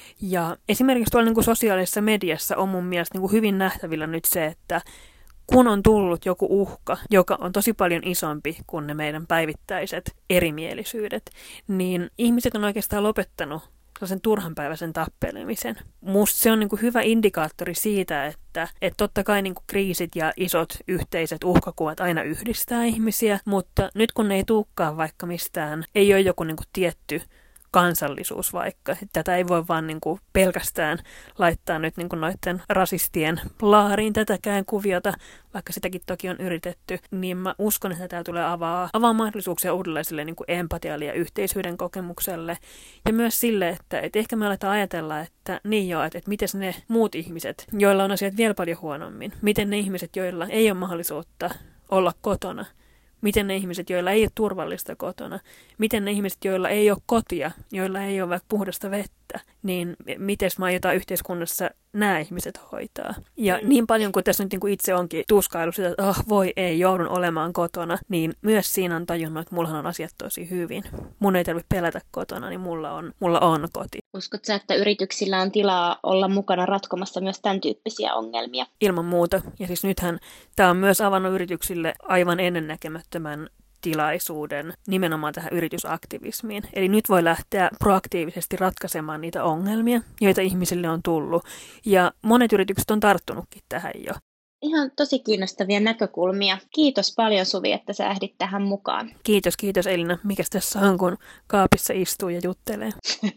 Ja esimerkiksi tuolla niin kuin sosiaalisessa mediassa on mun mielestä niin kuin hyvin nähtävillä nyt se, että kun on tullut joku uhka, joka on tosi paljon isompi kuin ne meidän päivittäiset erimielisyydet, niin ihmiset on oikeastaan lopettanut sen turhanpäiväisen tappelemisen. Musta se on niin kuin hyvä indikaattori siitä, että, että totta kai niin kuin kriisit ja isot yhteiset uhkakuvat aina yhdistää ihmisiä, mutta nyt kun ne ei tulekaan vaikka mistään, ei ole joku niin kuin tietty kansallisuus vaikka. Tätä ei voi vaan niin kuin pelkästään laittaa nyt niin kuin noiden rasistien laariin tätäkään kuviota, vaikka sitäkin toki on yritetty, niin mä uskon, että tämä tulee avaa, avaa mahdollisuuksia uudenlaiselle niin kuin empatialle ja yhteisyyden kokemukselle. Ja myös sille, että, että ehkä me aletaan ajatella, että niin joo, että, että miten ne muut ihmiset, joilla on asiat vielä paljon huonommin, miten ne ihmiset, joilla ei ole mahdollisuutta olla kotona, miten ne ihmiset, joilla ei ole turvallista kotona, miten ne ihmiset, joilla ei ole kotia, joilla ei ole vaikka puhdasta vettä, niin miten mä aiotaan yhteiskunnassa nämä ihmiset hoitaa. Ja niin paljon kuin tässä nyt niin kuin itse onkin tuskailu sitä, että oh, voi ei, joudun olemaan kotona, niin myös siinä on tajunnut, että mullahan on asiat tosi hyvin. Mun ei tarvitse pelätä kotona, niin mulla on, mulla on koti. Uskotko sä, että yrityksillä on tilaa olla mukana ratkomassa myös tämän tyyppisiä ongelmia? Ilman muuta. Ja siis nythän tämä on myös avannut yrityksille aivan ennennäkemättömän tilaisuuden nimenomaan tähän yritysaktivismiin. Eli nyt voi lähteä proaktiivisesti ratkaisemaan niitä ongelmia, joita ihmisille on tullut. Ja monet yritykset on tarttunutkin tähän jo. Ihan tosi kiinnostavia näkökulmia. Kiitos paljon, Suvi, että sä ehdit tähän mukaan. Kiitos, kiitos Elina. Mikäs tässä on, kun kaapissa istuu ja juttelee?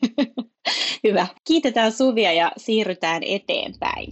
Hyvä. Kiitetään Suvia ja siirrytään eteenpäin.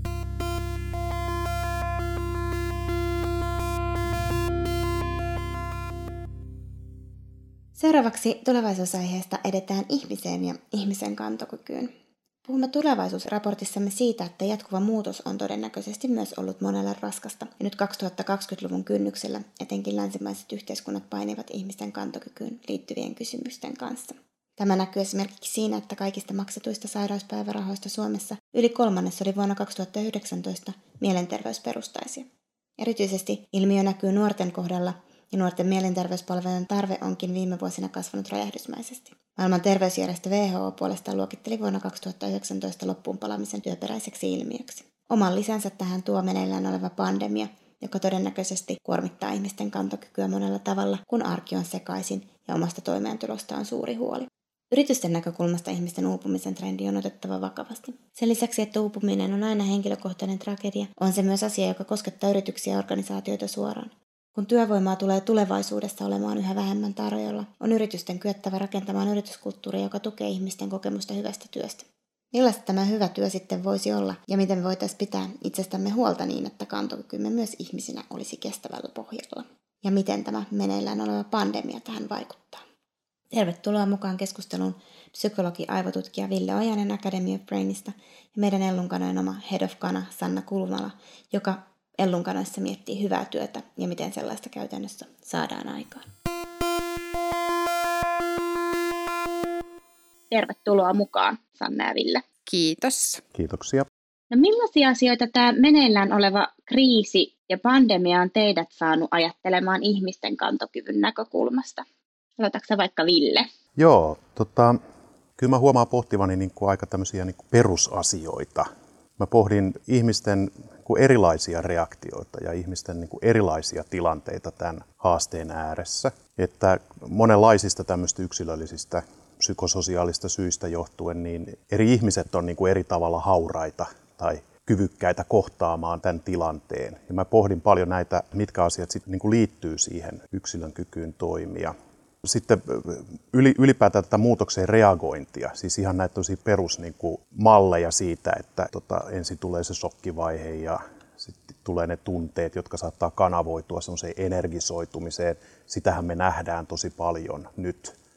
Seuraavaksi tulevaisuusaiheesta edetään ihmiseen ja ihmisen kantokykyyn. Puhumme tulevaisuusraportissamme siitä, että jatkuva muutos on todennäköisesti myös ollut monelle raskasta. Ja nyt kaksituhattakaksikymmentäluvun kynnyksellä etenkin länsimaiset yhteiskunnat painivat ihmisten kantokykyyn liittyvien kysymysten kanssa. Tämä näkyy esimerkiksi siinä, että kaikista maksetuista sairauspäivärahoista Suomessa yli kolmannes oli vuonna kaksituhattayhdeksäntoista mielenterveysperustaisia. Erityisesti ilmiö näkyy nuorten kohdalla, ja nuorten mielenterveyspalvelujen tarve onkin viime vuosina kasvanut räjähdysmäisesti. Maailman terveysjärjestö W H O puolestaan luokitteli vuonna kaksituhattayhdeksäntoista loppuun palaamisen työperäiseksi ilmiöksi. Oman lisänsä tähän tuo meneillään oleva pandemia, joka todennäköisesti kuormittaa ihmisten kantokykyä monella tavalla, kun arki on sekaisin ja omasta toimeentulosta on suuri huoli. Yritysten näkökulmasta ihmisten uupumisen trendi on otettava vakavasti. Sen lisäksi, että uupuminen on aina henkilökohtainen tragedia, on se myös asia, joka koskettaa yrityksiä ja organisaatioita suoraan. Kun työvoimaa tulee tulevaisuudessa olemaan yhä vähemmän tarjolla, on yritysten kyettävä rakentamaan yrityskulttuuria, joka tukee ihmisten kokemusta hyvästä työstä. Millaista tämä hyvä työ sitten voisi olla ja miten me voitaisiin pitää itsestämme huolta niin, että kantokykymme myös ihmisinä olisi kestävällä pohjalla? Ja miten tämä meneillään oleva pandemia tähän vaikuttaa? Tervetuloa mukaan keskusteluun psykologi aivotutkija Ville Ojanen Academy of Brainista ja meidän Ellunkanojen oma Head of Kana Sanna Kulmala, joka Ellunkanoissa miettii hyvää työtä ja miten sellaista käytännössä saadaan aikaan. Tervetuloa mukaan, Sanna ja Ville. Kiitos. Kiitoksia. No millaisia asioita tämä meneillään oleva kriisi ja pandemia on teidät saanut ajattelemaan ihmisten kantokyvyn näkökulmasta? Aloitatko vaikka Ville? Joo, tota, kyllä mä huomaan pohtivani niin kuin aika tämmöisiä niin kuin perusasioita. Mä pohdin ihmisten niin kuin erilaisia reaktioita ja ihmisten niin kuin erilaisia tilanteita tämän haasteen ääressä. Että monenlaisista tämmöistä yksilöllisistä psykososiaalista syistä johtuen, niin eri ihmiset on niin kuin eri tavalla hauraita tai kyvykkäitä kohtaamaan tämän tilanteen. Ja mä pohdin paljon näitä, mitkä asiat sitten niin kuin liittyy siihen yksilön kykyyn toimia. Sitten ylipäätään tätä muutokseen reagointia, siis ihan näitä tosi perusmalleja siitä, että tota, ensin tulee se shokkivaihe ja sitten tulee ne tunteet, jotka saattaa kanavoitua semmoiseen energisoitumiseen. Sitähän me nähdään tosi paljon nyt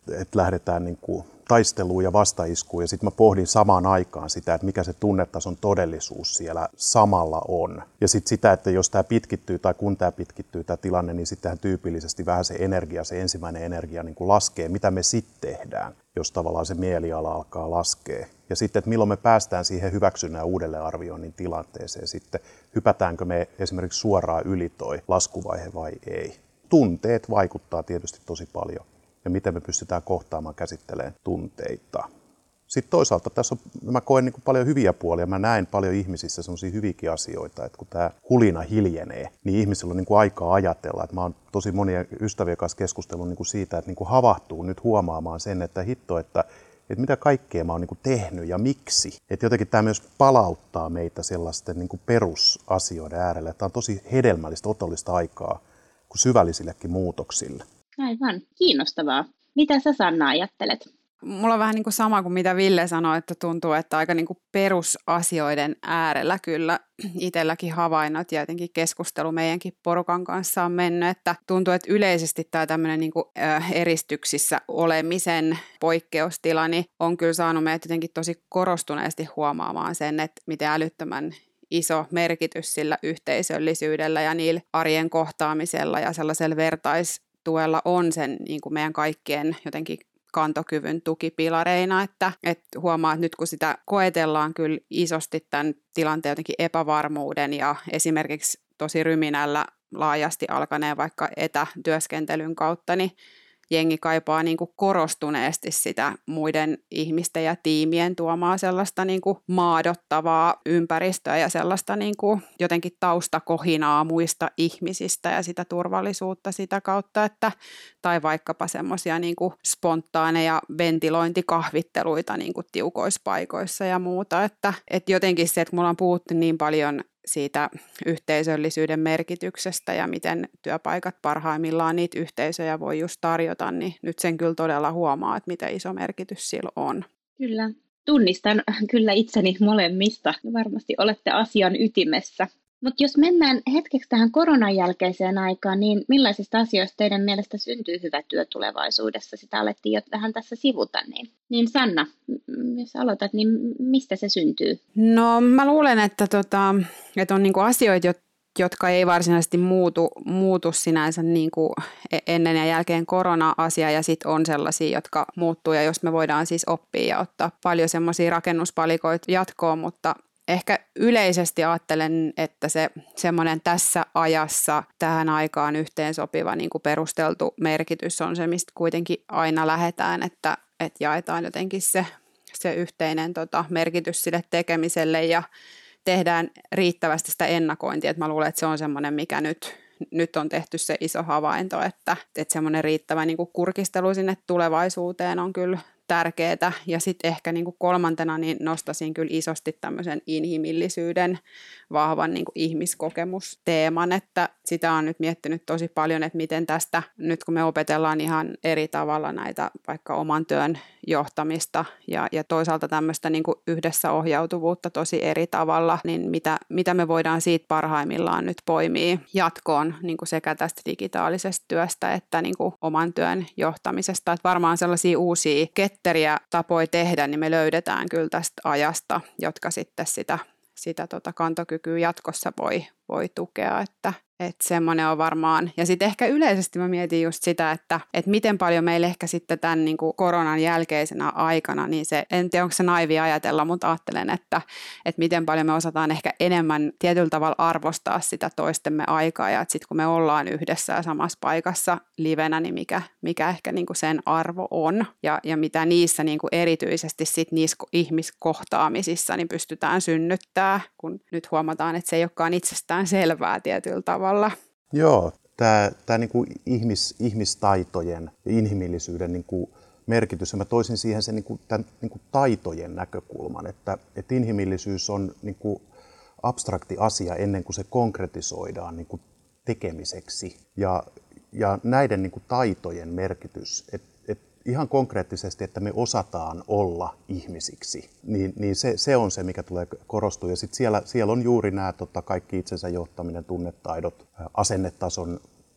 että lähdetään niin kuin taisteluun ja vastaiskuun. Ja sitten mä pohdin samaan aikaan sitä, että mikä se tunnetason todellisuus siellä samalla on. Ja sitten sitä, että jos tämä pitkittyy tai kun tämä pitkittyy tämä tilanne, niin sittenhän tyypillisesti vähän se energia, se ensimmäinen energia niin kuin laskee. Mitä me sitten tehdään, jos tavallaan se mieliala alkaa laskea. Ja sitten, että milloin me päästään siihen hyväksynnän ja uudelleenarvioinnin tilanteeseen sitten. Hypätäänkö me esimerkiksi suoraan yli toi laskuvaihe vai ei. Tunteet vaikuttaa tietysti tosi paljon. Ja miten me pystytään kohtaamaan, käsittelemään tunteita. Sitten toisaalta tässä on, mä koen niin kuin paljon hyviä puolia. Mä näen paljon ihmisissä sellaisia hyviäkin asioita, että kun tämä hulina hiljenee, niin ihmisillä on niin kuin aikaa ajatella. Että mä oon tosi monia ystäviä kanssa keskustellut niin kuin siitä, että niin kuin havahtuu nyt huomaamaan sen, että hitto, että, että mitä kaikkea mä oon niin kuin tehnyt ja miksi. Että jotenkin tämä myös palauttaa meitä sellaisten niin kuin perusasioiden äärelle. Tämä on tosi hedelmällistä, otollista aikaa kuin syvällisillekin muutoksille. Aivan. Kiinnostavaa. Mitä sä, Sanna, ajattelet? Mulla on vähän niin kuin sama kuin mitä Ville sanoi, että tuntuu, että aika niin kuin perusasioiden äärellä kyllä itselläkin havainnot ja jotenkin keskustelu meidänkin porukan kanssa on mennyt, että tuntuu, että yleisesti tämä tämmöinen niin kuin eristyksissä olemisen poikkeustila niin on kyllä saanut meidät jotenkin tosi korostuneesti huomaamaan sen, että miten älyttömän iso merkitys sillä yhteisöllisyydellä ja niillä arjen kohtaamisella ja sellaisella vertaistuella on sen niin kuin meidän kaikkien jotenkin kantokyvyn tukipilareina, että, että huomaa, että nyt kun sitä koetellaan kyllä isosti tämän tilanteen jotenkin epävarmuuden ja esimerkiksi tosi ryminällä laajasti alkaneen vaikka etätyöskentelyn kautta, niin jengi kaipaa niin kuin korostuneesti sitä muiden ihmisten ja tiimien tuomaa sellaista niin kuin maadottavaa ympäristöä ja sellaista niin kuin jotenkin taustakohinaa muista ihmisistä ja sitä turvallisuutta sitä kautta, että, tai vaikkapa semmoisia niin kuin spontaaneja ventilointikahvitteluita niin kuin tiukoissa paikoissa ja muuta, että, että jotenkin se, että mulla on puhuttu niin paljon siitä yhteisöllisyyden merkityksestä ja miten työpaikat parhaimmillaan niitä yhteisöjä voi just tarjota, niin nyt sen kyllä todella huomaa, että miten iso merkitys sillä on. Kyllä. Tunnistan kyllä itseni molemmista. Varmasti olette asian ytimessä. Mutta jos mennään hetkeksi tähän koronan jälkeiseen aikaan, niin millaisista asioista teidän mielestä syntyy hyvä työ tulevaisuudessa? Sitä alettiin jo vähän tässä sivuta. Niin, niin Sanna, jos aloitat, niin mistä se syntyy? No mä luulen, että, tota, että on niinku asioita, jotka ei varsinaisesti muutu, muutu sinänsä niinku ennen ja jälkeen korona-asia ja sitten on sellaisia, jotka muuttuu ja jos me voidaan siis oppia ja ottaa paljon semmoisia rakennuspalikoita jatkoon, mutta ehkä yleisesti ajattelen, että se semmoinen tässä ajassa tähän aikaan yhteensopiva niin kuin perusteltu merkitys on se, mistä kuitenkin aina lähdetään, että, että jaetaan jotenkin se, se yhteinen tota, merkitys sille tekemiselle ja tehdään riittävästi sitä ennakointia. Että mä luulen, että se on semmoinen, mikä nyt, nyt on tehty se iso havainto, että, että semmoinen riittävä niin kuin kurkistelu sinne tulevaisuuteen on kyllä tärkeää. Ja sitten ehkä niinku kolmantena niin nostaisin kyllä isosti tämmöisen inhimillisyyden vahvan niinku ihmiskokemusteeman, että sitä on nyt miettinyt tosi paljon, että miten tästä, nyt kun me opetellaan ihan eri tavalla näitä vaikka oman työn johtamista ja, ja toisaalta tämmöistä niinku yhdessä ohjautuvuutta tosi eri tavalla, niin mitä, mitä me voidaan siitä parhaimmillaan nyt poimia jatkoon niinku sekä tästä digitaalisesta työstä että niinku oman työn johtamisesta. Että varmaan sellaisia uusia ketteriä tapoja tehdä, niin me löydetään kyllä tästä ajasta, jotka sitten sitä, sitä tota kantokykyä jatkossa voi, voi tukea, että että semmoinen on varmaan. Ja sitten ehkä yleisesti mä mietin just sitä, että, että miten paljon meillä ehkä sitten tämän niin kuin koronan jälkeisenä aikana, niin se, en tiedä onko se naivi ajatella, mutta ajattelen, että, että miten paljon me osataan ehkä enemmän tietyllä tavalla arvostaa sitä toistemme aikaa ja että sitten kun me ollaan yhdessä ja samassa paikassa livenä, niin mikä, mikä ehkä niin kuin sen arvo on ja, ja mitä niissä niin kuin erityisesti sit niissä ihmiskohtaamisissa niin pystytään synnyttämään, kun nyt huomataan, että se ei olekaan itsestään selvää tietyllä tavalla. Joo, tämä, tämä niin kuin ihmis, ihmistaitojen ja inhimillisyyden niin kuin merkitys, ja mä toisin siihen sen niin kuin, tämän, niin kuin taitojen näkökulman, että, että inhimillisyys on niin kuin abstrakti asia ennen kuin se konkretisoidaan niin kuin tekemiseksi. Ja, ja näiden niin kuin taitojen merkitys, että ihan konkreettisesti, että me osataan olla ihmisiksi, niin, niin se, se on se, mikä tulee korostua. Ja sitten siellä, siellä on juuri nämä tota, kaikki itsensä johtaminen, tunnetaidot, asennetason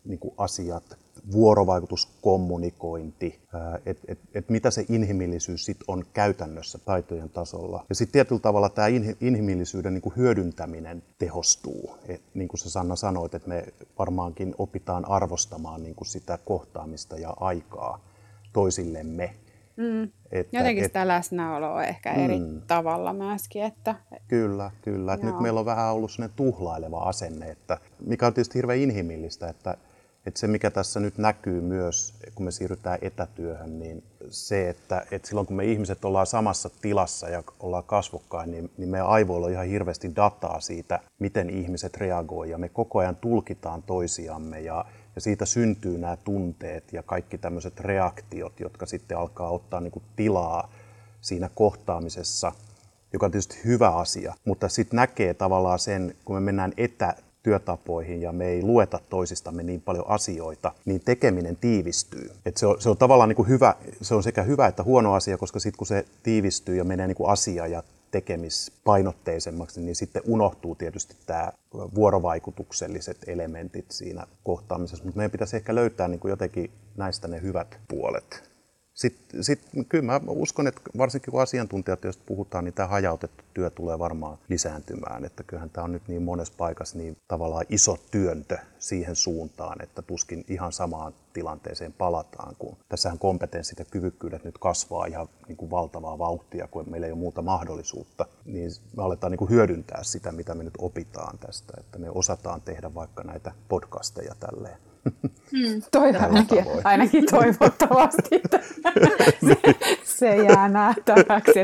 niin kuin asiat, vuorovaikutus, kommunikointi, että et, et mitä se inhimillisyys sit on käytännössä taitojen tasolla. Ja sitten tietyllä tavalla tämä inhimillisyyden niin kuin hyödyntäminen tehostuu. Et, niin kuin sä Sanna sanoit, että me varmaankin opitaan arvostamaan niin kuin sitä kohtaamista ja aikaa toisillemme. Mm. Että, Jotenkin et, sitä läsnäoloa ehkä eri mm. tavalla myöskin. Että, kyllä, kyllä. Et nyt meillä on vähän ollut sellainen tuhlaileva asenne, että, mikä on tietysti hirveän inhimillistä, että, että se mikä tässä nyt näkyy myös, kun me siirrytään etätyöhön, niin se, että, että silloin kun me ihmiset ollaan samassa tilassa ja ollaan kasvokkain, niin, niin meidän aivoilla on ihan hirveästi dataa siitä, miten ihmiset reagoi ja me koko ajan tulkitaan toisiamme ja Ja siitä syntyy nämä tunteet ja kaikki tämmöiset reaktiot, jotka sitten alkaa ottaa niin kuin tilaa siinä kohtaamisessa, joka on tietysti hyvä asia. Mutta sitten näkee tavallaan sen, kun me mennään etätyötapoihin ja me ei lueta toisistamme niin paljon asioita, niin tekeminen tiivistyy. Et se, on, se on tavallaan niin kuin hyvä, se on sekä hyvä että huono asia, koska sitten kun se tiivistyy ja menee niin kuin asia ja tekemispainotteisemmaksi, niin sitten unohtuu tietysti tämä vuorovaikutukselliset elementit siinä kohtaamisessa, mutta meidän pitäisi ehkä löytää niin kuin jotenkin näistä ne hyvät puolet. Sitten, sitten kyllä mä uskon, että varsinkin kun asiantuntijat, joista puhutaan, niin tämä hajautettu työ tulee varmaan lisääntymään. Että kyllähän tämä on nyt niin monessa paikassa niin tavallaan iso työntö siihen suuntaan, että tuskin ihan samaan tilanteeseen palataan, kun tässähän kompetenssit ja kyvykkyydet nyt kasvaa ihan niin kuin valtavaa vauhtia, kun meillä ei ole muuta mahdollisuutta, niin me aletaan niin kuin hyödyntää sitä, mitä me nyt opitaan tästä, että me osataan tehdä vaikka näitä podcasteja tälleen. Hmm. Toi ainakin, ainakin toivottavasti. se, se jää nähtäväksi.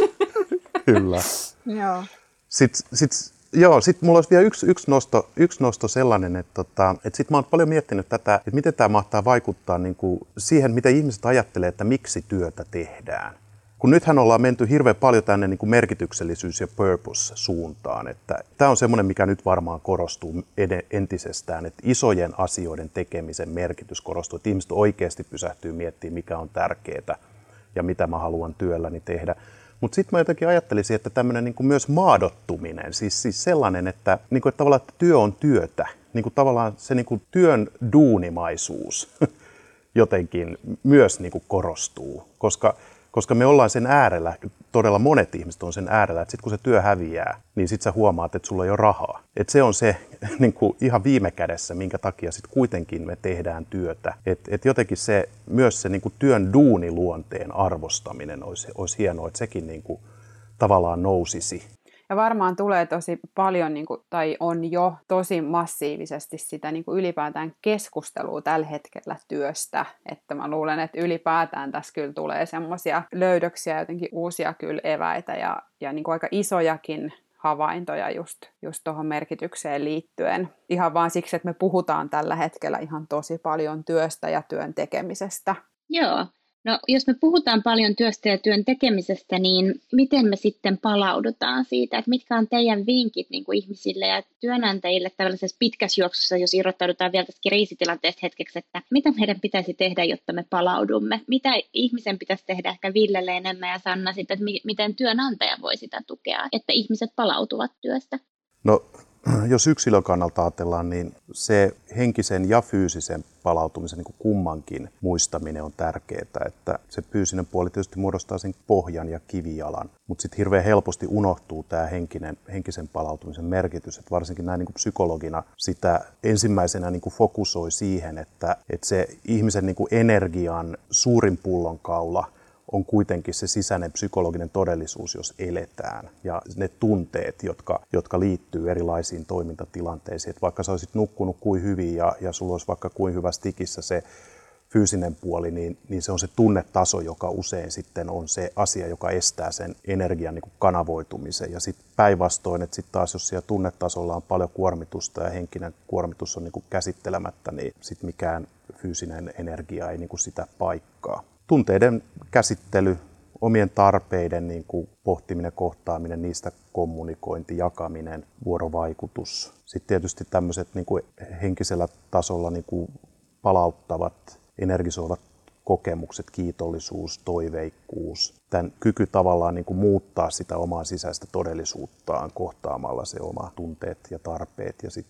Kyllä. Joo. Sitten, sit, joo, sitten mulla olisi vielä yksi, yksi, nosto, yksi nosto sellainen, että, tota, että sitten mä oon paljon miettinyt tätä, että miten tämä mahtaa vaikuttaa niin kuin siihen, mitä ihmiset ajattelee, että miksi työtä tehdään. Kun nythän ollaan menty hirveän paljon tänne niin kuin merkityksellisyys- ja purpose-suuntaan. Että tämä on semmoinen, mikä nyt varmaan korostuu entisestään, että isojen asioiden tekemisen merkitys korostuu, että ihmiset oikeasti pysähtyy miettimään, mikä on tärkeää ja mitä mä haluan työlläni tehdä. Mutta sitten mä jotenkin ajattelisin, että tämmöinen niin kuin myös maadottuminen, siis, siis sellainen, että, niin kuin, että tavallaan että työ on työtä, niin kuin tavallaan se niin kuin työn duunimaisuus jotenkin myös niin kuin korostuu, koska Koska me ollaan sen äärellä, todella monet ihmiset on sen äärellä, että sitten kun se työ häviää, niin sitten sä huomaat, että sulla ei ole rahaa. Että se on se niin kuin ihan viime kädessä, minkä takia sitten kuitenkin me tehdään työtä. Että et jotenkin se, myös se niin kuin työn duuniluonteen arvostaminen olisi, olisi hienoa, että sekin niin kuin tavallaan nousisi. Ja varmaan tulee tosi paljon, niin kuin, tai on jo tosi massiivisesti sitä niin kuin ylipäätään keskustelua tällä hetkellä työstä. Että mä luulen, että ylipäätään tässä kyllä tulee semmoisia löydöksiä, jotenkin uusia kyllä eväitä ja, ja niin kuin aika isojakin havaintoja just, just tuohon merkitykseen liittyen. Ihan vaan siksi, että me puhutaan tällä hetkellä ihan tosi paljon työstä ja työn tekemisestä. Joo. No, jos me puhutaan paljon työstä ja työn tekemisestä, niin miten me sitten palaudutaan siitä, että mitkä on teidän vinkit niin kuin ihmisille ja työnantajille tällaisessa pitkässä juoksussa, jos irrottaudutaan vielä tästä kriisitilanteesta hetkeksi, että mitä meidän pitäisi tehdä, jotta me palaudumme? Mitä ihmisen pitäisi tehdä ehkä Villelle enemmän ja Sanna sitten, että miten työnantaja voi sitä tukea, että ihmiset palautuvat työstä? No, jos yksilön kannalta ajatellaan, niin se henkisen ja fyysisen palautumisen niin kuin kummankin muistaminen on tärkeää, että se fyysinen puoli tietysti muodostaa sen pohjan ja kivijalan, mutta sitten hirveän helposti unohtuu tämä henkinen, henkisen palautumisen merkitys, että varsinkin näin niin kuin psykologina sitä ensimmäisenä niin kuin fokusoi siihen, että, että se ihmisen niin kuin energian suurin pullonkaula on kuitenkin se sisäinen psykologinen todellisuus, jos eletään. Ja ne tunteet, jotka, jotka liittyy erilaisiin toimintatilanteisiin. Että vaikka sä olisit nukkunut kuin hyvin ja, ja sulla olisi vaikka kuin hyvä stikissä se fyysinen puoli, niin, niin se on se tunnetaso, joka usein sitten on se asia, joka estää sen energian niin kuin kanavoitumisen. Ja sitten päinvastoin, että sitten taas jos siellä tunnetasolla on paljon kuormitusta ja henkinen kuormitus on niin kuin käsittelemättä, niin sitten mikään fyysinen energia ei niin kuin sitä paikkaa. Tunteiden käsittely, omien tarpeiden niin kuin pohtiminen, kohtaaminen, niistä kommunikointi, jakaminen, vuorovaikutus. Sitten tietysti tämmöiset niin kuin henkisellä tasolla niin kuin palauttavat, energisoivat kokemukset, kiitollisuus, toiveikkuus. Tämän kyky tavallaan niin kuin muuttaa sitä omaa sisäistä todellisuuttaan kohtaamalla se oma tunteet ja tarpeet ja sitten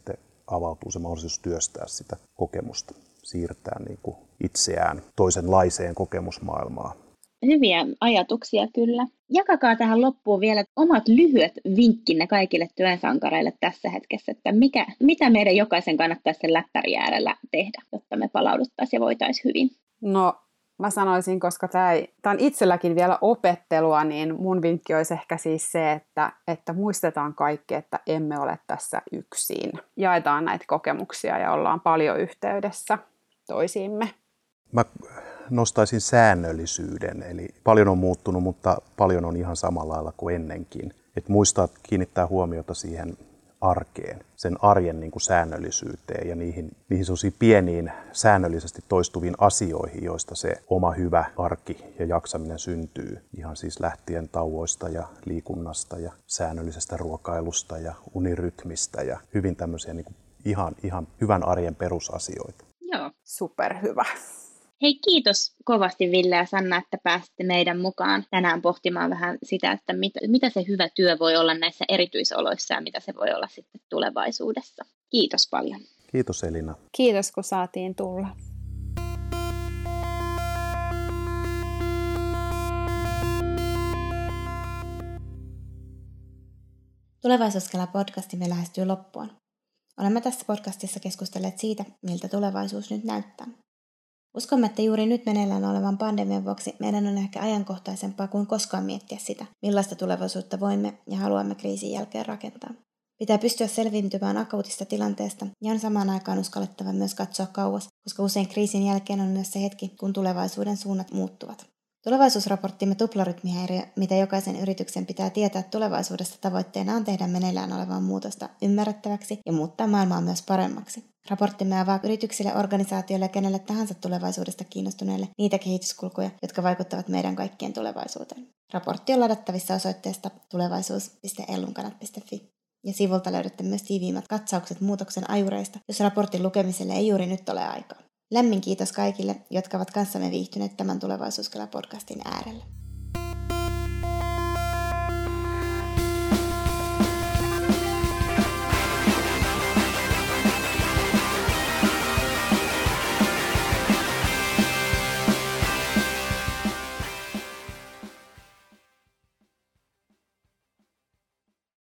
avautuu se mahdollisuus työstää sitä kokemusta, siirtää niin kuin itseään toisenlaiseen kokemusmaailmaan. Hyviä ajatuksia kyllä. Jakakaa tähän loppuun vielä omat lyhyet vinkkinne kaikille työnsankareille tässä hetkessä, että mikä, mitä meidän jokaisen kannattaisi sen läppärin äärellä tehdä, jotta me palauduttaisiin ja voitaisiin hyvin. No mä sanoisin, koska tämä on itselläkin vielä opettelua, niin mun vinkki olisi ehkä siis se, että, että muistetaan kaikki, että emme ole tässä yksin. Jaetaan näitä kokemuksia ja ollaan paljon yhteydessä toisiimme. Mä nostaisin säännöllisyyden, eli paljon on muuttunut, mutta paljon on ihan samalla lailla kuin ennenkin. Et muistaa kiinnittää huomiota siihen arkeen, sen arjen niin kuin säännöllisyyteen ja niihin, niihin pieniin säännöllisesti toistuviin asioihin, joista se oma hyvä arki ja jaksaminen syntyy. Ihan siis lähtien tauoista ja liikunnasta ja säännöllisestä ruokailusta ja unirytmistä ja hyvin tämmöisiä niin kuin ihan, ihan hyvän arjen perusasioita. Joo. Superhyvä. Hei, kiitos kovasti Ville ja Sanna, että pääsitte meidän mukaan tänään pohtimaan vähän sitä, että mit, mitä se hyvä työ voi olla näissä erityisoloissa ja mitä se voi olla sitten tulevaisuudessa. Kiitos paljon. Kiitos Elina. Kiitos kun saatiin tulla. Tulevaisuuskela-podcastimme lähestyy loppuun. Olemme tässä podcastissa keskustelleet siitä, miltä tulevaisuus nyt näyttää. Uskomme, että juuri nyt meneillään olevan pandemian vuoksi meidän on ehkä ajankohtaisempaa kuin koskaan miettiä sitä, millaista tulevaisuutta voimme ja haluamme kriisin jälkeen rakentaa. Pitää pystyä selviytymään akuutista tilanteesta ja on samaan aikaan uskallettava myös katsoa kauas, koska usein kriisin jälkeen on myös se hetki, kun tulevaisuuden suunnat muuttuvat. Tulevaisuusraporttimme tuplarytmihäiriö, mitä jokaisen yrityksen pitää tietää tulevaisuudesta tavoitteena on tehdä meneillään olevaa muutosta ymmärrettäväksi ja muuttaa maailmaa myös paremmaksi. Raporttimme avaa yrityksille, organisaatioille ja kenelle tahansa tulevaisuudesta kiinnostuneille niitä kehityskulkuja, jotka vaikuttavat meidän kaikkien tulevaisuuteen. Raportti on ladattavissa osoitteesta tulevaisuus piste ellunkanat piste fi. Ja sivulta löydätte myös tiiviimmät katsaukset muutoksen ajureista, jos raportin lukemiselle ei juuri nyt ole aikaa. Lämmin kiitos kaikille, jotka ovat kanssamme viihtyneet tämän Tulevaisuuskela-podcastin äärellä.